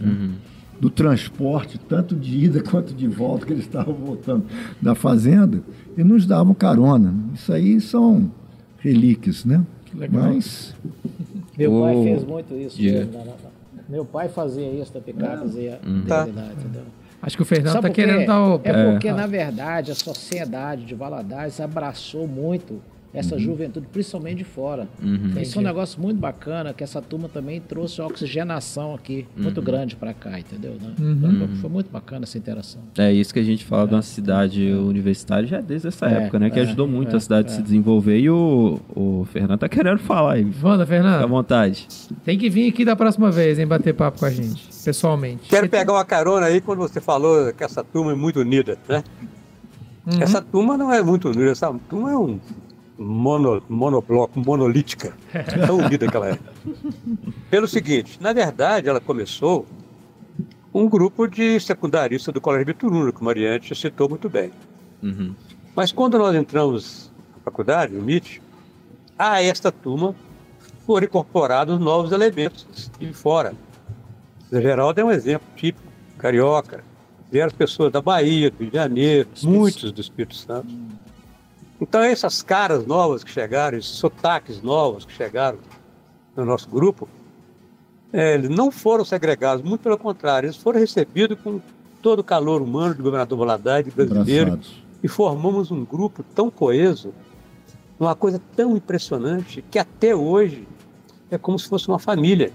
D: Uhum. Do transporte, tanto de ida quanto de volta, que eles estavam voltando da fazenda, e nos davam carona. Isso aí são relíquias, né?
C: Que legal.
D: Mas...
E: Meu
B: Oh,
E: pai fez muito isso.
B: yeah.
E: mesmo, na- na- Meu pai fazia isso da picape, fazia
B: Uhum.
E: tá.
F: Tá.
E: entendeu?
C: Acho que o Fernando
E: Sabe
C: tá
E: por quê?
C: querendo dar o...
E: É porque, na verdade, a sociedade de Valadares abraçou muito essa juventude, principalmente de fora.
B: Uhum.
E: Isso é um negócio muito bacana, que essa turma também trouxe uma oxigenação aqui, muito grande para cá, entendeu? Né? Então, foi muito bacana essa interação.
B: É isso que a gente fala de uma cidade universitária já desde essa
E: É,
B: época, né? Que
E: é,
B: ajudou muito
E: é,
B: a cidade a
E: é.
B: se desenvolver. E o, o Fernando tá querendo falar aí.
C: Wanda,
B: Fica à
C: Fernando,
B: vontade.
C: tem que vir aqui da próxima vez, hein? Bater papo com a gente, pessoalmente.
F: Quero pegar uma carona aí quando você falou que essa turma é muito unida, né?
C: Uhum.
F: Essa turma não é muito unida, essa turma é um mono, monobloco, monolítica. Tão unida que ela é. Pelo seguinte, na verdade, ela começou um grupo de secundaristas do Colégio Bituruna, que o Mariante citou muito bem.
B: Uhum.
F: Mas quando nós entramos na faculdade, no M I T, a esta turma foram incorporados novos elementos de fora. O Geraldo é um exemplo típico, carioca. Vieram pessoas da Bahia, do Rio de Janeiro, muitos do Espírito Santo. Então essas caras novas que chegaram, esses sotaques novos que chegaram no nosso grupo, é, eles não foram segregados, muito pelo contrário, eles foram recebidos com todo o calor humano do governador Valadares, brasileiro,
D: Abraçados.
F: e formamos um grupo tão coeso, uma coisa tão impressionante, que até hoje é como se fosse uma família.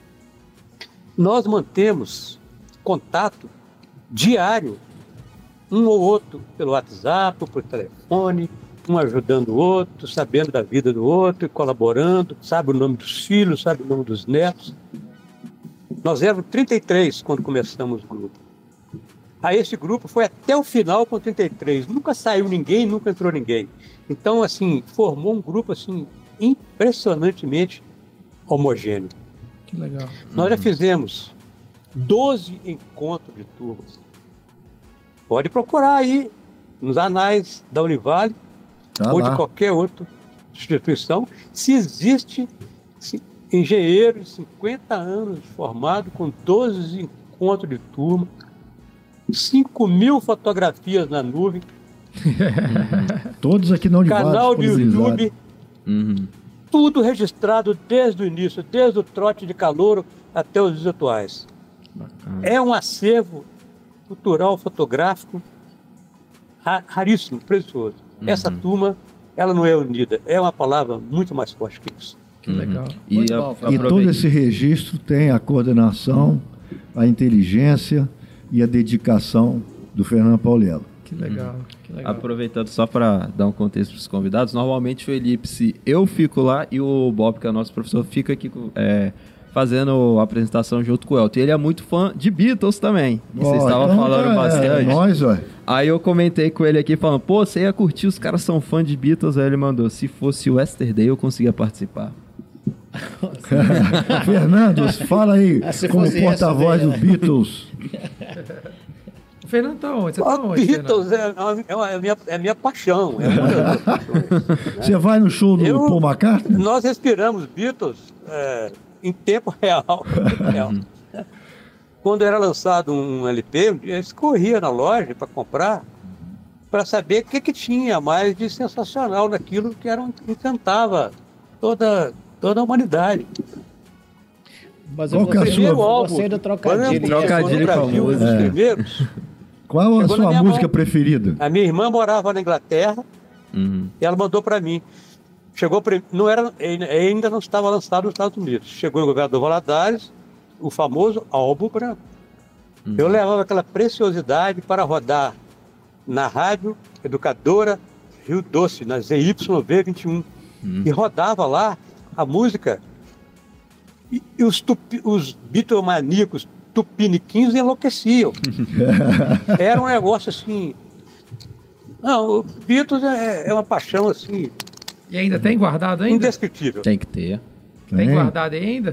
F: Nós mantemos contato diário, um ou outro pelo WhatsApp, por telefone, um ajudando o outro, sabendo da vida do outro, colaborando, sabe o nome dos filhos, sabe o nome dos netos. Nós éramos trinta e três quando começamos o grupo. Aí esse grupo foi até o final com trinta e três. Nunca saiu ninguém, nunca entrou ninguém. Então, assim, formou um grupo assim impressionantemente homogêneo.
C: Que legal.
F: Nós já fizemos doze encontros de turmas. Pode procurar aí nos anais da Univale
D: Tá
F: ou
D: lá.
F: de qualquer outra instituição, se existe se, engenheiro de cinquenta anos formado com doze encontros de turma, cinco mil fotografias na nuvem,
D: Todos aqui na Univale.
F: canal do
D: disponibilizados.
F: YouTube,
B: Uhum.
F: tudo registrado desde o início, desde o trote de calouro até os dias atuais. É um acervo cultural fotográfico ra- raríssimo, precioso. Essa turma, ela não é unida, é uma palavra muito mais forte que isso.
C: Que legal.
B: E,
E: Muito
B: a,
E: bom, Fernando.
D: E
B: aproveita-
D: todo esse registro tem a coordenação, a inteligência e a dedicação do Fernando Pauliello.
C: Que legal. Que legal.
B: Aproveitando só para dar um contexto para os convidados, normalmente o Elipse, eu fico lá e o Bob, que é o nosso professor, fica aqui é, fazendo a apresentação junto com o Elton. E ele é muito fã de Beatles também. E vocês
D: Ó,
B: estavam
D: então,
B: falando
D: é,
B: bastante.
D: É nós, ó.
B: Aí eu comentei com ele aqui, falando, pô, você ia curtir, os caras são fãs de Beatles. Aí ele mandou, se fosse o Yesterday eu conseguia participar.
D: Fernando, fala aí,
E: Ah, se
D: como
E: fosse
D: porta-voz
E: essa,
D: dos Beatles.
C: O Fernando tá onde? Você tá
F: Ah,
C: onde,
F: Beatles
C: Fernando?
F: é, uma- é, uma- é a minha, é a minha paixão. É uma das minhas paixões.
D: Você vai no show do
F: Eu-
D: Paul McCartney?
F: Nós respiramos Beatles é, em tempo real. em tempo real. Quando era lançado um L P, eles corriam na loja para comprar, para saber o que, que tinha mais de sensacional naquilo que era, um- encantava toda, toda a humanidade.
E: Mas
D: Qual
E: eu
D: que é a
E: gostei
D: sua-
E: do
F: álbum,
E: gostei do
F: quando
E: trocadilho.
F: chegou
B: Trocadilho
F: no
B: com a
F: Brasil,
B: música.
F: os
D: É.
F: primeiros,
D: Qual a
F: Chegou na
D: sua
F: minha
D: música
F: mão.
D: preferida?
F: a minha irmã morava na Inglaterra
B: Uhum.
F: e ela mandou para mim. Chegou, pri- não era, ainda não estava lançado nos Estados Unidos. Chegou em Governador Valadares, o famoso álbum branco. Eu levava aquela preciosidade para rodar na rádio educadora Rio Doce, na Z Y V vinte e um. E rodava lá a música. E, e os, tupi, os bitomaníacos tupiniquins enlouqueciam. Era um negócio assim. Não, o Beatles é, é uma paixão assim,
C: E ainda tem guardado ainda?
F: indescritível.
B: Tem que ter.
C: Tem
D: Tem.
C: guardado aí ainda?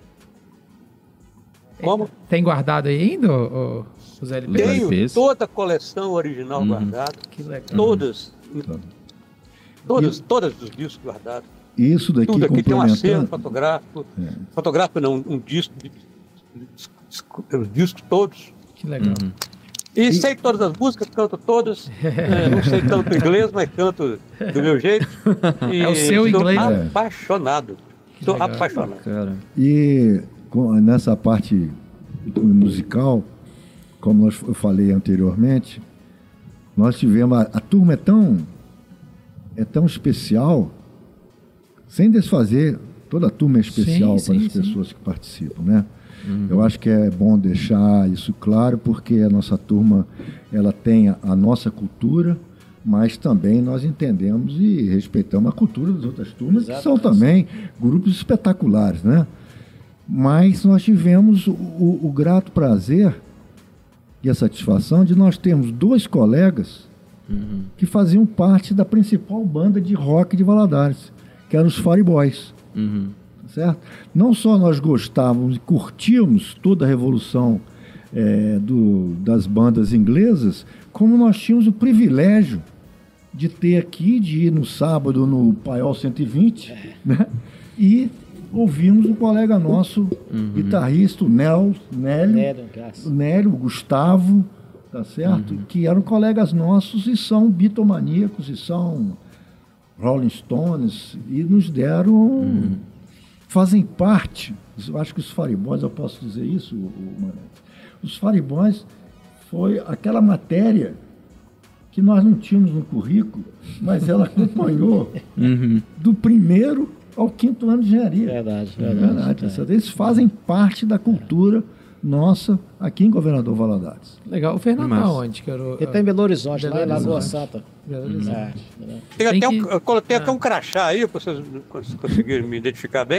F: Como?
C: Tem guardado aí ainda, ô, ô, os L P?
B: Tem.
F: Tenho
B: fez.
F: toda a coleção original guardada.
C: Que legal.
F: Todas.
D: Tá.
F: Todas, todas os discos guardados.
D: Isso daqui
F: Tudo aqui tem um acervo
D: complementando.
F: fotográfico. Fotográfico não, um disco de os discos todos.
C: Que legal.
B: Uhum.
F: E, e sei todas as músicas, canto todas. É, não sei tanto inglês, mas canto do meu jeito. E
C: é o seu
F: estou
C: inglês.
F: apaixonado. Estou
C: legal.
F: apaixonado.
B: Cara.
D: E com- nessa parte musical, como nós- eu falei anteriormente, nós tivemos. A, a turma é tão, é tão especial, sem desfazer, toda a turma é especial
C: Sim,
D: para
C: sim,
D: as
C: sim.
D: pessoas que participam, né? Eu acho que é bom deixar isso claro, porque a nossa turma ela tem a, a nossa cultura, mas também nós entendemos e respeitamos a cultura das outras turmas, que são também grupos espetaculares, né? Mas nós tivemos o, o- o grato prazer e a satisfação de nós termos dois colegas que faziam parte da principal banda de rock de Valadares, que eram os Fire Boys.
B: Uhum.
D: Certo? Não só nós gostávamos e curtíamos toda a revolução é, do, das bandas inglesas, como nós tínhamos o privilégio de ter aqui, de ir no sábado no Paiol cento e vinte, né? E ouvimos um colega nosso, guitarrista, o Nel, Nélio,
E: Nélio, graças.
D: o Nélio, o Gustavo, tá certo? Que eram colegas nossos e são bitomaníacos e são Rolling Stones e nos deram, fazem parte, eu acho que os Fire Boys, eu posso dizer isso, o, o Marante, os Fire Boys foi aquela matéria que nós não tínhamos no currículo, mas ela acompanhou do primeiro ao quinto ano de engenharia.
E: Verdade,
D: É
E: verdade.
D: verdade, tá certo? Eles fazem parte da cultura nossa aqui em Governador Valadares.
C: Legal. O Fernando tá
B: Massa.
C: onde? Que era o-
E: Ele tem Belo Horizonte, lá em
C: Belo
E: Lagoa
C: Horizonte.
E: Santa.
C: Belo Horizonte.
E: É, entendeu?
F: Tem,
C: Tem
F: até
C: que-
F: um, eu coloquei até um crachá aí, para vocês cons- conseguirem me identificar bem.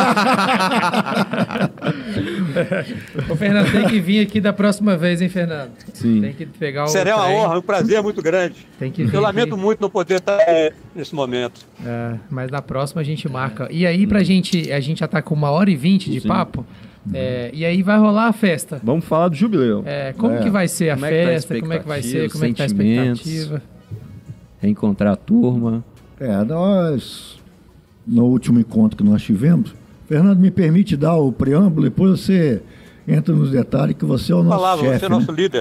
C: O Fernando tem que vir aqui da próxima vez, hein, Fernando?
B: Sim.
C: Tem que pegar o
F: Será uma
C: trem.
F: honra, um prazer muito grande.
C: Tem que vir
F: Eu lamento
C: aqui.
F: muito não poder estar é, nesse momento.
C: É, mas na próxima a gente marca. E aí, pra gente, a gente já tá com uma hora e vinte de
B: Sim.
C: papo. é, e aí vai rolar a festa.
B: Vamos falar do jubileu.
C: É, como
D: É.
C: que vai ser a
B: Como é que tá a
C: festa? Como é que vai ser?
B: expectativa,
C: Como é que tá a
B: sentimentos?
C: expectativa?
B: Reencontrar a turma.
D: É, nós, no último encontro que nós tivemos, Fernando, me permite dar o preâmbulo, depois você entra nos detalhes, que você é o nosso
F: Falava,
D: chefe,
F: você é
D: né?
F: nosso líder.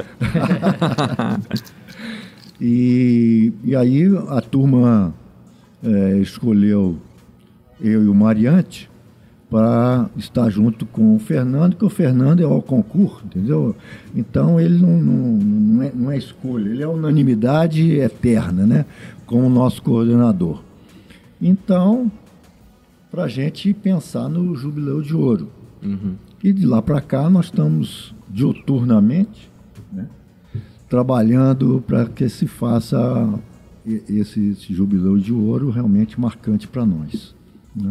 D: E, e aí a turma é, escolheu eu e o Mariante para estar junto com o Fernando, que o Fernando é o concurso, entendeu? Então ele não, não, não, é, não é escolha, ele é unanimidade eterna, né? Como nosso coordenador. Então, para a gente pensar no Jubileu de Ouro. E de lá para cá nós estamos diuturnamente, né? Trabalhando para que se faça e- esse, esse jubileu de ouro realmente marcante para nós, né?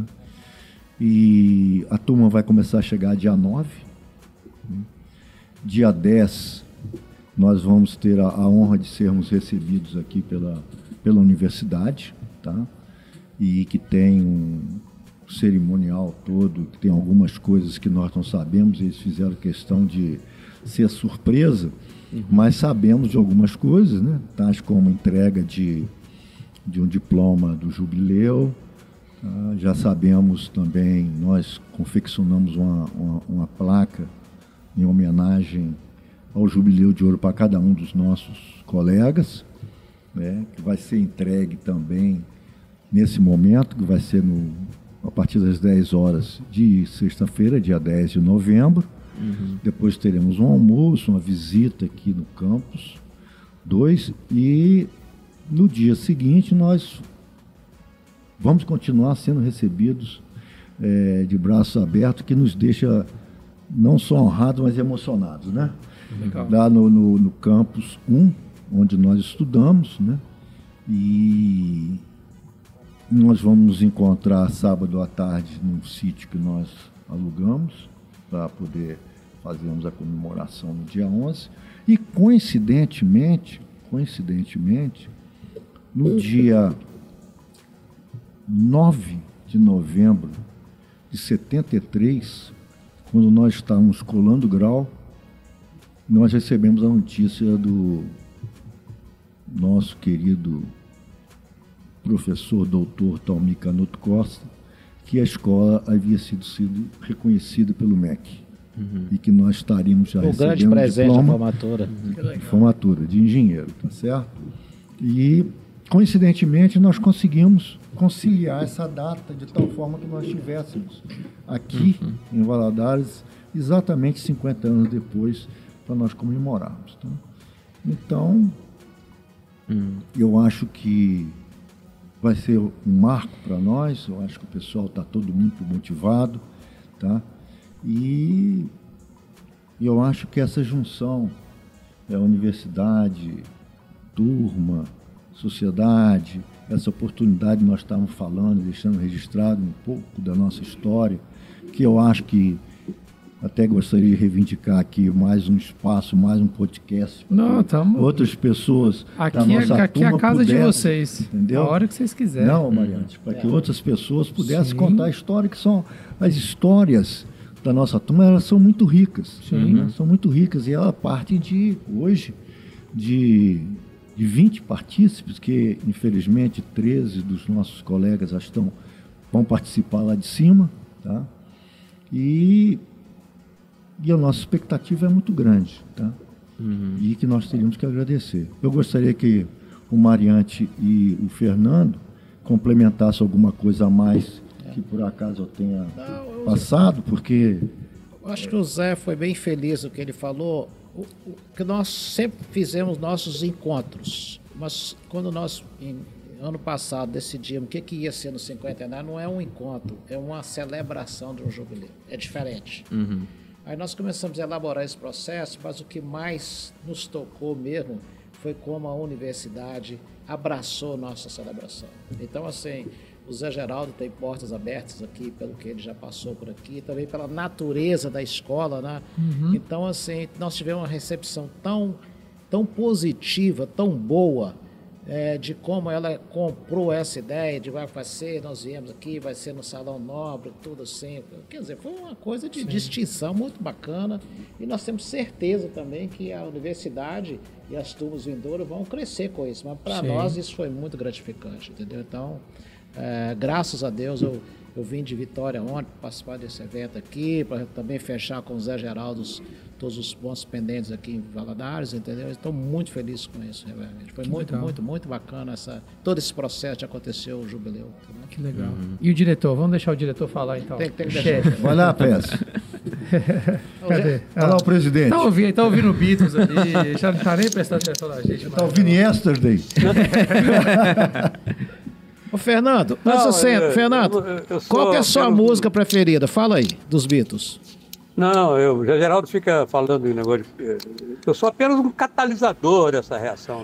D: E a turma vai começar a chegar dia nove. né? Dia dez nós vamos ter a, a honra de sermos recebidos aqui pela, pela universidade, tá? E que tem um cerimonial todo, que tem algumas coisas que nós não sabemos, eles fizeram questão de ser surpresa, mas sabemos de algumas coisas, né? Tais como entrega de, de um diploma do jubileu. tá? Já sabemos também, nós confeccionamos uma, uma, uma placa em homenagem ao jubileu de ouro para cada um dos nossos colegas, né? Que vai ser entregue também nesse momento, que vai ser no, a partir das dez horas de sexta-feira, dia dez de novembro. Depois teremos um almoço, uma visita aqui no campus, dois, e no dia seguinte nós vamos continuar sendo recebidos eh, de braços abertos, que nos deixa não só honrados, mas emocionados, né?
C: Legal.
D: Lá no, no, no campus um, onde nós estudamos, né? E nós vamos nos encontrar sábado à tarde num sítio que nós alugamos para poder fazermos a comemoração no dia onze. E coincidentemente, coincidentemente, no dia nove de novembro de setenta e três, quando nós estávamos colando grau, nós recebemos a notícia do nosso querido professor doutor Talmir Canuto Costa, que a escola havia sido, sido reconhecida pelo M E C. uhum. e que nós estaríamos já
E: o
D: recebendo
E: grande presente
D: diploma,
E: da formatura.
D: Uhum. formatura de engenheiro, tá certo? E, coincidentemente, nós conseguimos conciliar essa data de tal forma que nós tivéssemos aqui uhum. em Valadares exatamente cinquenta anos depois para nós comemorarmos. Tá? Então, uhum. eu acho que vai ser um marco para nós, eu acho que o pessoal está todo muito motivado, tá? E eu acho que essa junção, é, universidade, turma, sociedade, essa oportunidade que nós estamos falando, deixando registrado um pouco da nossa história, que eu acho que até gostaria de reivindicar aqui mais um espaço, mais um podcast.
C: Não, tamo...
D: Outras pessoas
C: aqui
D: da nossa
C: é, aqui
D: turma
C: é a casa
D: pudessem,
C: de vocês,
D: entendeu?
C: A hora que vocês quiserem.
D: Não, Mariante, para
E: é.
D: que outras pessoas pudessem
C: Sim.
D: contar a história, que são as histórias da nossa turma, elas são muito ricas.
C: Sim.
D: Né? São muito ricas e ela parte de, hoje, de... de vinte partícipes, que infelizmente treze dos nossos colegas já estão, vão participar lá de cima, tá? E, e a nossa expectativa é muito grande, tá? Uhum. E que nós teríamos que agradecer. Eu gostaria que o Mariante e o Fernando complementassem alguma coisa a mais que por acaso eu tenha Não, eu... passado, porque...
E: Eu acho que o Zé foi bem feliz no que ele falou. O, o, que nós sempre fizemos nossos encontros, mas quando nós, em, ano passado, decidimos o que, que ia ser no cinquentenário, não é um encontro, é uma celebração de um jubileu, é diferente. Uhum. Aí nós começamos a elaborar esse processo, mas o que mais nos tocou mesmo foi como a universidade abraçou nossa celebração. Então, assim, o Zé Geraldo tem portas abertas aqui, pelo que ele já passou por aqui, também pela natureza da escola, né? Uhum. Então, assim, nós tivemos uma recepção tão, tão positiva, tão boa, é, de como ela comprou essa ideia de vai ser, nós viemos aqui, vai ser no Salão Nobre, tudo assim. Quer dizer, foi uma coisa de Sim. distinção muito bacana e nós temos certeza também que a universidade e as turmas vindouras vão crescer com isso, mas para nós isso foi muito gratificante, entendeu? Então, É, graças a Deus eu, eu vim de Vitória ontem para participar desse evento aqui, para também fechar com o Zé Geraldo todos os pontos pendentes aqui em Valadares, entendeu? Estou muito feliz com isso, realmente. Foi que muito, legal. muito, muito bacana essa, todo esse processo de acontecer o jubileu. Entendeu?
C: Que legal. Uhum. E o diretor? Vamos deixar o diretor falar então.
E: Tem, tem que deixar.
D: Vai lá, peça.
C: Cadê?
D: Olha lá o presidente.
C: Tá ouvindo, tá ouvindo Beatles ali, já não tá nem prestando atenção na gente.
D: Tá ouvindo Yesterday.
E: Ô, Fernando, mas
F: Não,
E: você,
F: eu,
E: Fernando,
F: eu, eu sou,
E: qual que é a sua música preferida? Fala aí, dos Beatles.
F: Não, eu, o Geraldo fica falando em negócio de... Eu sou apenas um catalisador dessa reação.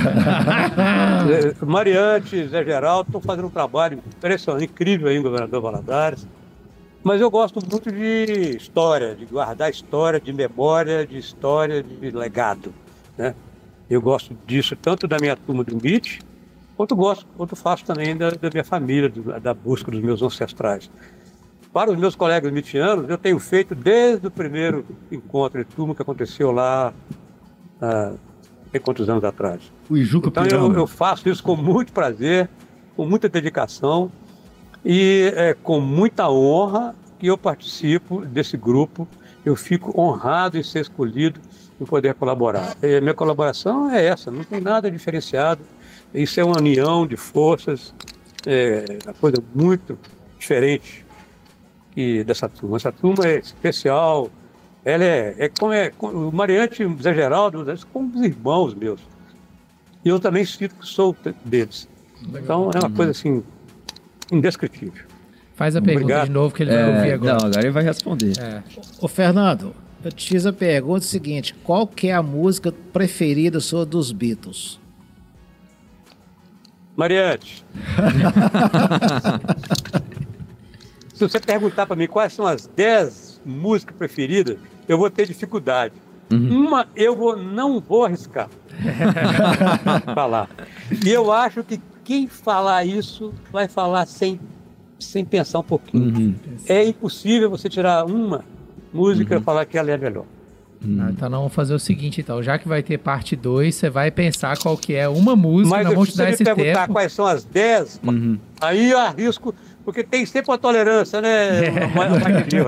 F: Mariante, Zé Geraldo estão fazendo um trabalho impressionante, incrível aí em Governador Valadares. Mas eu gosto muito de história, de guardar história, de memória, de história, de legado, né? Eu gosto disso tanto da minha turma do M I T, quanto gosto, quanto faço também da, da minha família, do, da busca dos meus ancestrais. Para os meus colegas mitianos, eu tenho feito desde o primeiro encontro de turma que aconteceu lá há tem quantos anos atrás.
D: O Ijuca
F: então eu, eu faço isso com muito prazer, com muita dedicação e é, com muita honra que eu participo desse grupo. Eu fico honrado em ser escolhido e poder colaborar. E a minha colaboração é essa, não tem nada diferenciado. Isso é uma união de forças, é uma coisa muito diferente que dessa turma. Essa turma é especial, ela é, é como é, o Mariante e o Zé Geraldo, são como os irmãos meus. E eu também sinto que sou deles. Legal. Então é uma coisa assim, indescritível.
C: Faz a pergunta Obrigado. de novo que ele vai
B: é,
C: ouvir agora.
B: Não, agora ele vai responder.
C: É.
E: Ô Fernando, eu te fiz a pergunta seguinte, qual que é a música preferida sua dos Beatles?
F: Mariante, se você perguntar para mim quais são as dez músicas preferidas, eu vou ter dificuldade. Uhum. Uma eu vou, não vou arriscar falar. E eu acho que quem falar isso vai falar sem, sem pensar um pouquinho. Uhum. É impossível você tirar uma música uhum. e falar que ela é a melhor.
C: Hum. Então nós vamos fazer o seguinte, então, já que vai ter parte dois, você vai pensar qual que é uma música,
F: mas
C: nós vamos te dar esse tempo. Mas se você me perguntar
F: quais são as dez, uhum. aí eu arrisco, porque tem sempre uma tolerância, né? Mais de erro aí.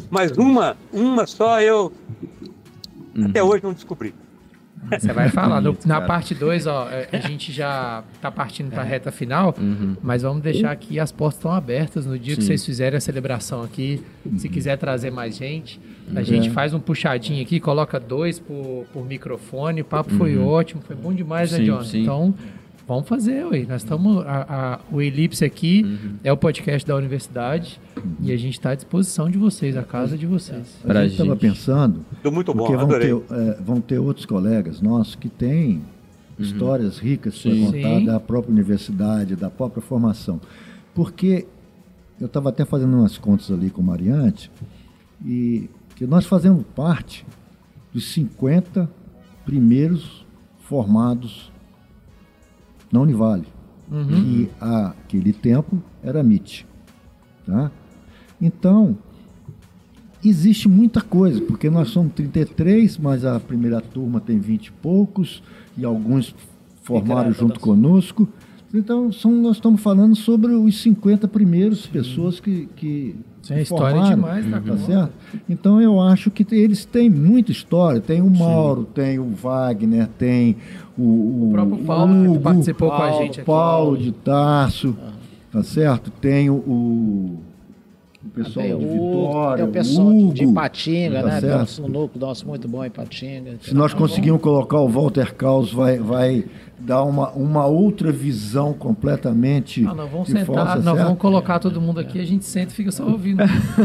F: Mas uma, uma só eu uhum. até hoje não descobri.
C: Você vai falar. No, na parte dois, ó, a gente já tá partindo para a reta final, uhum. mas vamos deixar aqui, as portas estão abertas no dia Sim. que vocês fizerem a celebração aqui. Uhum. Se quiser trazer mais gente, a uhum. gente faz um puxadinho aqui, coloca dois por, por microfone. O papo uhum. foi ótimo, foi bom demais, sim, né, John? Sim. Então, vamos fazer, ué. Nós estamos. A, a, o Elipse aqui uhum. é o podcast da universidade uhum. e a gente está à disposição de vocês, a casa de vocês.
D: A gente estava pensando.
F: Tô muito bom,
D: porque vão
F: adorei.
D: ter, é, vão ter outros colegas nossos que têm uhum. histórias ricas para contar Sim. da própria universidade, da própria formação. Porque eu estava até fazendo umas contas ali com o Mariante e que nós fazemos parte dos cinquenta primeiros formados na Univale, uhum. que aquele tempo era M I T. Tá? Então, existe muita coisa, porque nós somos trinta e três, mas a primeira turma tem vinte e poucos, e alguns formaram junto conosco. Então, são, nós estamos falando sobre os cinquenta primeiros Sim. pessoas que, que,
C: que é história demais,
D: tá uhum. certo? Então, eu acho que eles têm muita história. Tem o Mauro, Sim. tem o Wagner, tem o, o,
C: o próprio Paulo,
D: Hugo,
C: que participou
D: Paulo,
C: com a gente aqui.
D: Paulo de Tarso, uhum. tá certo? Tem o, o, o pessoal
E: tem
D: de
E: o,
D: Vitória,
E: tem o pessoal
D: Hugo,
E: de Ipatinga,
D: tá
E: né?
D: Certo?
E: Tem um núcleo nosso muito bom em Ipatinga.
D: Se nós conseguirmos colocar o Walter Caos, vai, vai dar uma, uma outra visão completamente...
C: Não, nós vamos sentar, força, nós certo? vamos colocar todo mundo aqui, a gente senta e fica só ouvindo.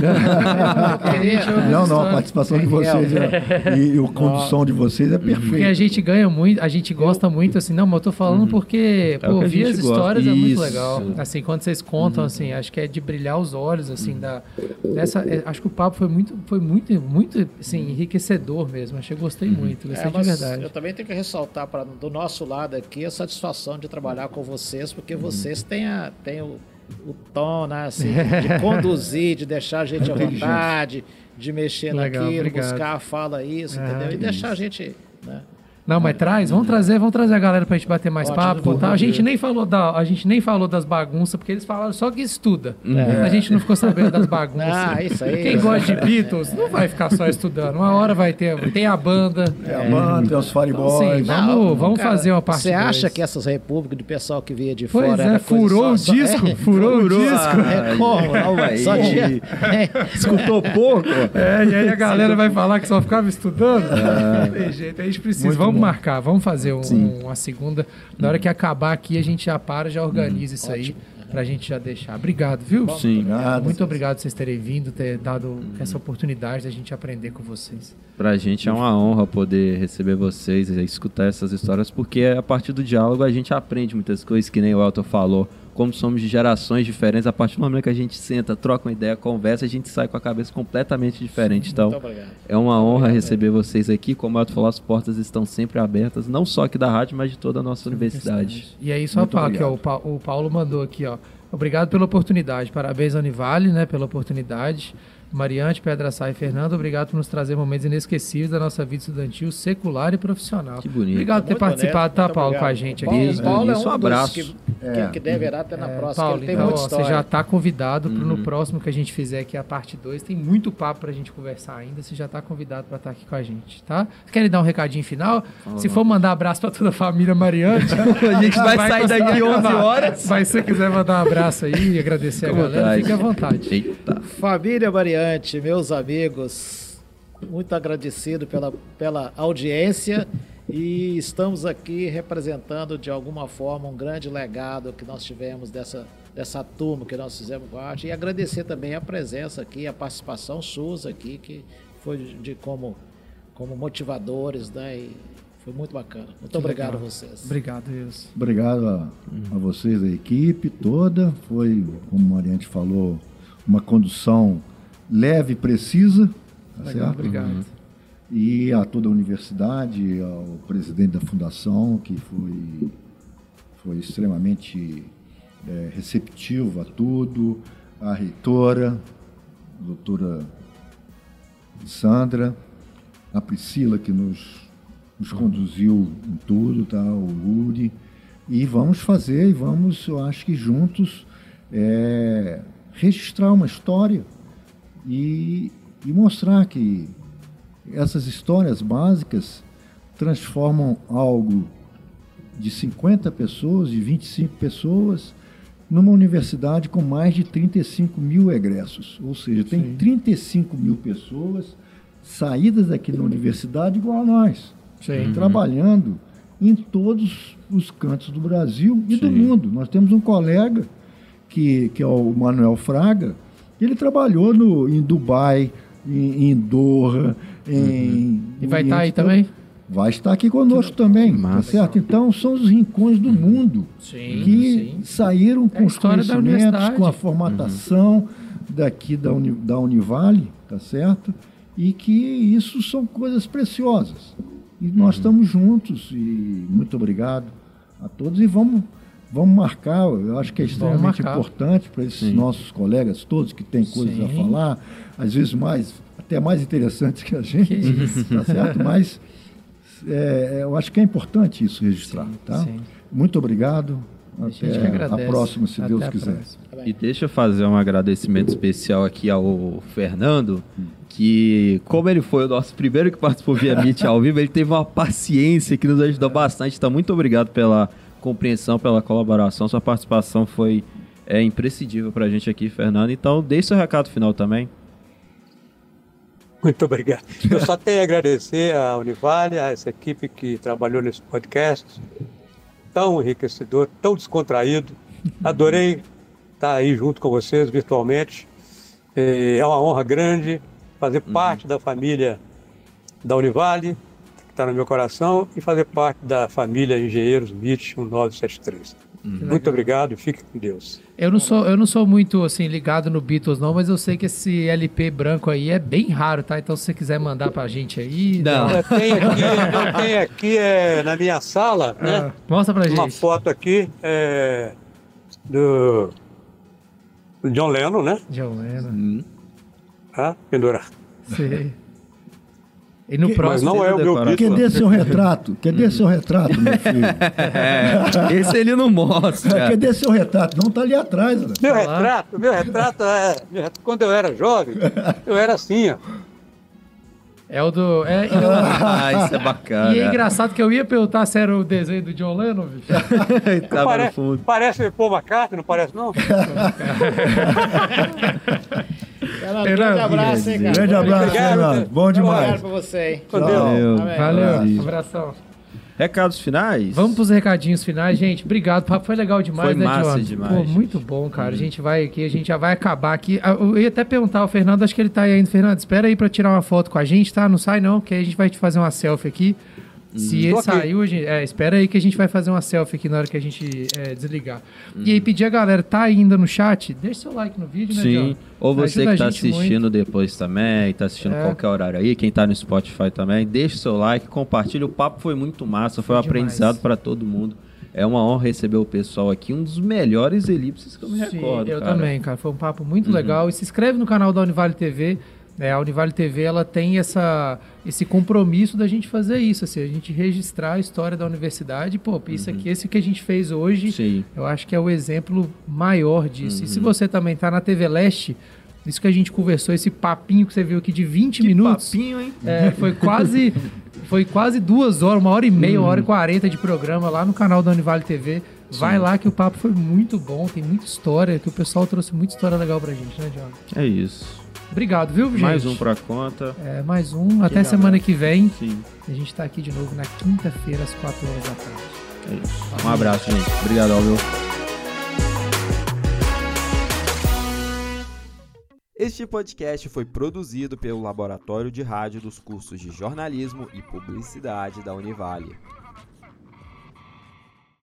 D: não, não, a participação de vocês é, e, e a condução de vocês é perfeita.
C: Porque a gente ganha muito, a gente gosta muito, assim, não, mas eu tô falando uhum. porque, pô, é ouvir as histórias gosta. é muito Isso. legal. Assim, quando vocês contam, uhum. assim, acho que é de brilhar os olhos, assim, uhum. da, dessa, é, acho que o papo foi muito, foi muito, muito, assim, enriquecedor mesmo, achei, gostei uhum. muito, gostei é, de verdade.
E: Eu também tenho que ressaltar, pra, do nosso lado aqui, a satisfação de trabalhar com vocês, porque vocês têm, a, têm o, o tom, né, assim, de conduzir, de deixar a gente à vontade, de mexer Legal, naquilo, obrigado. buscar a fala isso, ah, entendeu? E deixar a gente... Né,
C: Não, mas traz, vamos trazer, vamos trazer a galera pra gente bater mais Ótimo, papo, tá? A gente nem falou da, a gente nem falou das bagunças, porque eles falaram só que estuda. É. A gente não ficou sabendo das bagunças.
E: Ah, isso aí.
C: Quem gosta de Beatles não vai ficar só estudando. Uma hora vai ter, tem a banda.
D: Tem a banda, tem os Fireboys.
C: Sim, vamos, não, vamos cara, fazer uma parte.
E: Você acha que essas repúblicas de pessoal que via de
C: pois
E: fora
C: é, furou só, o disco, é, furou, furou o disco.
E: É como?
B: Calma
E: Só tinha,
B: é. Escutou pouco.
C: É, e aí a galera vai falar que só ficava estudando. É. Não tem jeito, a gente precisa, Muito vamos bom. marcar, vamos fazer. fazer um, uma segunda. Na hora que acabar aqui, a gente já para, já organiza hum, isso ótimo. aí, pra gente já deixar. Obrigado, viu?
B: Sim.
C: Obrigado. Muito obrigado por vocês terem vindo, ter dado hum. essa oportunidade da gente aprender com vocês.
B: Pra gente é uma honra poder receber vocês e escutar essas histórias, porque a partir do diálogo a gente aprende muitas coisas, que nem o Elton falou. Como somos de gerações diferentes, a partir do momento que a gente senta, troca uma ideia, conversa, a gente sai com a cabeça completamente diferente. Então, é uma honra obrigado, receber é. vocês aqui. Como o Elton falou, as portas estão sempre abertas, não só aqui da rádio, mas de toda a nossa universidade.
C: E aí, só para que ó, o Paulo mandou aqui, ó. Obrigado pela oportunidade. Parabéns, Univale, né, pela oportunidade. Mariante, Pedra Sá e Fernando, obrigado por nos trazer momentos inesquecíveis da nossa vida estudantil, secular e profissional.
B: Que bonito.
C: Obrigado por ter participado, tá, Paulo, com a gente aqui.
E: Paulo, Paulo é um,
B: um abraço.
E: Que, é. que deverá ter na é, próxima,
C: Paulo,
E: que ele tem
C: então,
E: muita
C: ó,
E: história.
C: Você já está convidado uhum. no próximo que a gente fizer, que é a parte dois. Tem muito papo pra gente conversar ainda. Você já está convidado para estar aqui com a gente, tá? Vocês querem dar um recadinho final? Oh, se for mandar abraço para toda a família Mariante,
B: a gente vai, vai sair daqui onze horas.
C: Mas se você quiser mandar um abraço aí e agradecer com a galera, vontade. Fique à vontade.
B: Eita.
E: Família Mariante, meus amigos, muito agradecido pela, pela audiência e estamos aqui representando de alguma forma um grande legado que nós tivemos dessa, dessa turma que nós fizemos com a arte, e agradecer também a presença aqui, a participação suas aqui, que foi de como, como motivadores, né? E foi muito bacana. Muito que obrigado legal. a vocês.
C: Obrigado, Wilson.
D: Obrigado a, a vocês, a equipe toda. Foi, como o Mariante falou, uma condução leve e precisa. Tá
C: Legal,
D: certo?
C: Obrigado. Uhum.
D: E a toda a universidade, ao presidente da fundação, que foi, foi extremamente é, receptivo a tudo, a reitora, a doutora Sandra, a Priscila, que nos, nos uhum. conduziu em tudo, tá? O Uri. E vamos fazer, e vamos, eu acho que juntos, é, registrar uma história e e mostrar que essas histórias básicas transformam algo de cinquenta pessoas, de vinte e cinco pessoas, numa universidade com mais de trinta e cinco mil egressos. Ou seja, tem Sim. trinta e cinco mil pessoas saídas daqui da universidade igual a nós, Sim. trabalhando em todos os cantos do Brasil e Sim. do mundo. Nós temos um colega, que, que é o Manuel Fraga, ele trabalhou no, em Dubai, em, em Doha, em...
C: Uhum. E vai
D: em,
C: estar aí também?
D: Vai estar aqui conosco também, tá certo? Então, são os rincões do mundo
C: sim,
D: que
C: sim.
D: saíram com
C: é
D: os conhecimentos, com a formatação uhum. daqui da, Uni, da Univale, tá certo? E que isso são coisas preciosas. E nós uhum. estamos juntos, e muito obrigado a todos. E vamos, vamos marcar, eu acho que é extremamente importante para esses sim. nossos colegas todos que têm coisas sim. a falar, às vezes mais, até mais interessantes que a gente, que tá certo? Mas... É, eu acho que é importante isso registrar, sim, tá? Sim. Muito obrigado. Até a próxima, se Até Deus quiser. Próxima.
B: E deixa eu fazer um agradecimento especial aqui ao Fernando, que como ele foi o nosso primeiro que participou via Meet ao vivo, ele teve uma paciência que nos ajudou bastante. Então, muito obrigado pela compreensão, pela colaboração. Sua participação foi é, imprescindível para a gente aqui, Fernando. Então, deixe seu recado final também.
F: Muito obrigado. Eu só tenho a agradecer à Univale, a essa equipe que trabalhou nesse podcast, tão enriquecedor, tão descontraído. Adorei estar aí junto com vocês virtualmente. É uma honra grande fazer uhum. parte da família da Univale, que está no meu coração, e fazer parte da família Engenheiros M I T um nove sete três. Uhum. Muito obrigado e fique com Deus.
C: Eu não sou, eu não sou muito assim, ligado no Beatles não, mas eu sei que esse L P branco aí é bem raro, tá? Então se você quiser mandar pra gente aí...
F: Não, eu tenho aqui, eu tenho aqui é, na minha sala, ah, né?
C: Mostra pra gente.
F: Uma foto aqui é, do, do John Lennon, né?
C: John Lennon.
F: Hum. Ah, pendurar.
C: Sim. E no
F: que,
C: próximo,
F: mas não é o meu Beatles.
D: Cadê seu retrato? Cadê seu retrato, meu filho?
B: É, esse ele não mostra.
D: Cadê seu retrato? Não, tá ali atrás. Né?
F: Meu retrato, meu retrato é... Quando eu era jovem, eu era assim, ó.
C: É o do... É,
B: ah, isso é bacana.
C: E é engraçado que eu ia perguntar se era o desenho do John Lennon, bicho.
F: Pare, parece Paul McCartney, não parece, não?
E: Fernando, grande abraço, hein, cara.
D: Grande abraço, Fernando. Bom demais.
E: Obrigado pra você, hein.
B: Valeu.
C: Valeu. Um abração.
B: Recados finais?
C: Vamos pros recadinhos finais, gente. Obrigado, papo foi legal demais,
B: foi
C: né,
B: massa
C: John?
B: demais.
C: Pô, muito bom, cara. Hum. A gente vai aqui, a gente já vai acabar aqui. Eu ia até perguntar ao Fernando, acho que ele tá aí ainda. Fernando, espera aí pra tirar uma foto com a gente, tá? Não sai não, porque aí a gente vai te fazer uma selfie aqui. Hum. Se ele saiu, a gente, é, espera aí que a gente vai fazer uma selfie aqui na hora que a gente é, desligar. Hum. E aí, pedir a galera, tá ainda no chat? Deixa seu like no vídeo, né,
B: Sim.
C: John?
B: Ou você
C: Ajuda
B: que tá assistindo
C: muito.
B: depois também, tá assistindo é. qualquer horário aí, quem tá no Spotify também, deixa o seu like, compartilha. O papo foi muito massa, foi, foi um demais. aprendizado para todo mundo. É uma honra receber o pessoal aqui, um dos melhores elipses que eu me
C: Sim,
B: recordo,
C: eu
B: cara.
C: também, cara. Foi um papo muito
B: uhum.
C: legal. E se inscreve no canal da Univale T V. É, a Univale T V ela tem essa, esse compromisso da gente fazer isso, assim, a gente registrar a história da universidade. Pô, isso uhum. aqui, esse que a gente fez hoje, Sim. eu acho que é o exemplo maior disso. Uhum. E se você também tá na T V Leste, isso que a gente conversou, esse papinho que você viu aqui de vinte
B: que
C: minutos.
B: Papinho, hein?
C: É, foi quase, foi quase duas horas, uma hora e meia, uhum. uma hora e quarenta de programa lá no canal da Univale T V. Sim. Vai lá que o papo foi muito bom, tem muita história, que o pessoal trouxe muita história legal pra gente, né, John?
B: É isso.
C: Obrigado, viu, gente?
B: Mais um pra conta.
C: É, mais um. Até semana que vem.
B: Sim.
C: A gente tá aqui de novo na quinta-feira, às quatro horas da tarde.
B: É isso. Um abraço, gente. Obrigadão, viu?
G: Este podcast foi produzido pelo Laboratório de Rádio dos cursos de Jornalismo e Publicidade da Univale.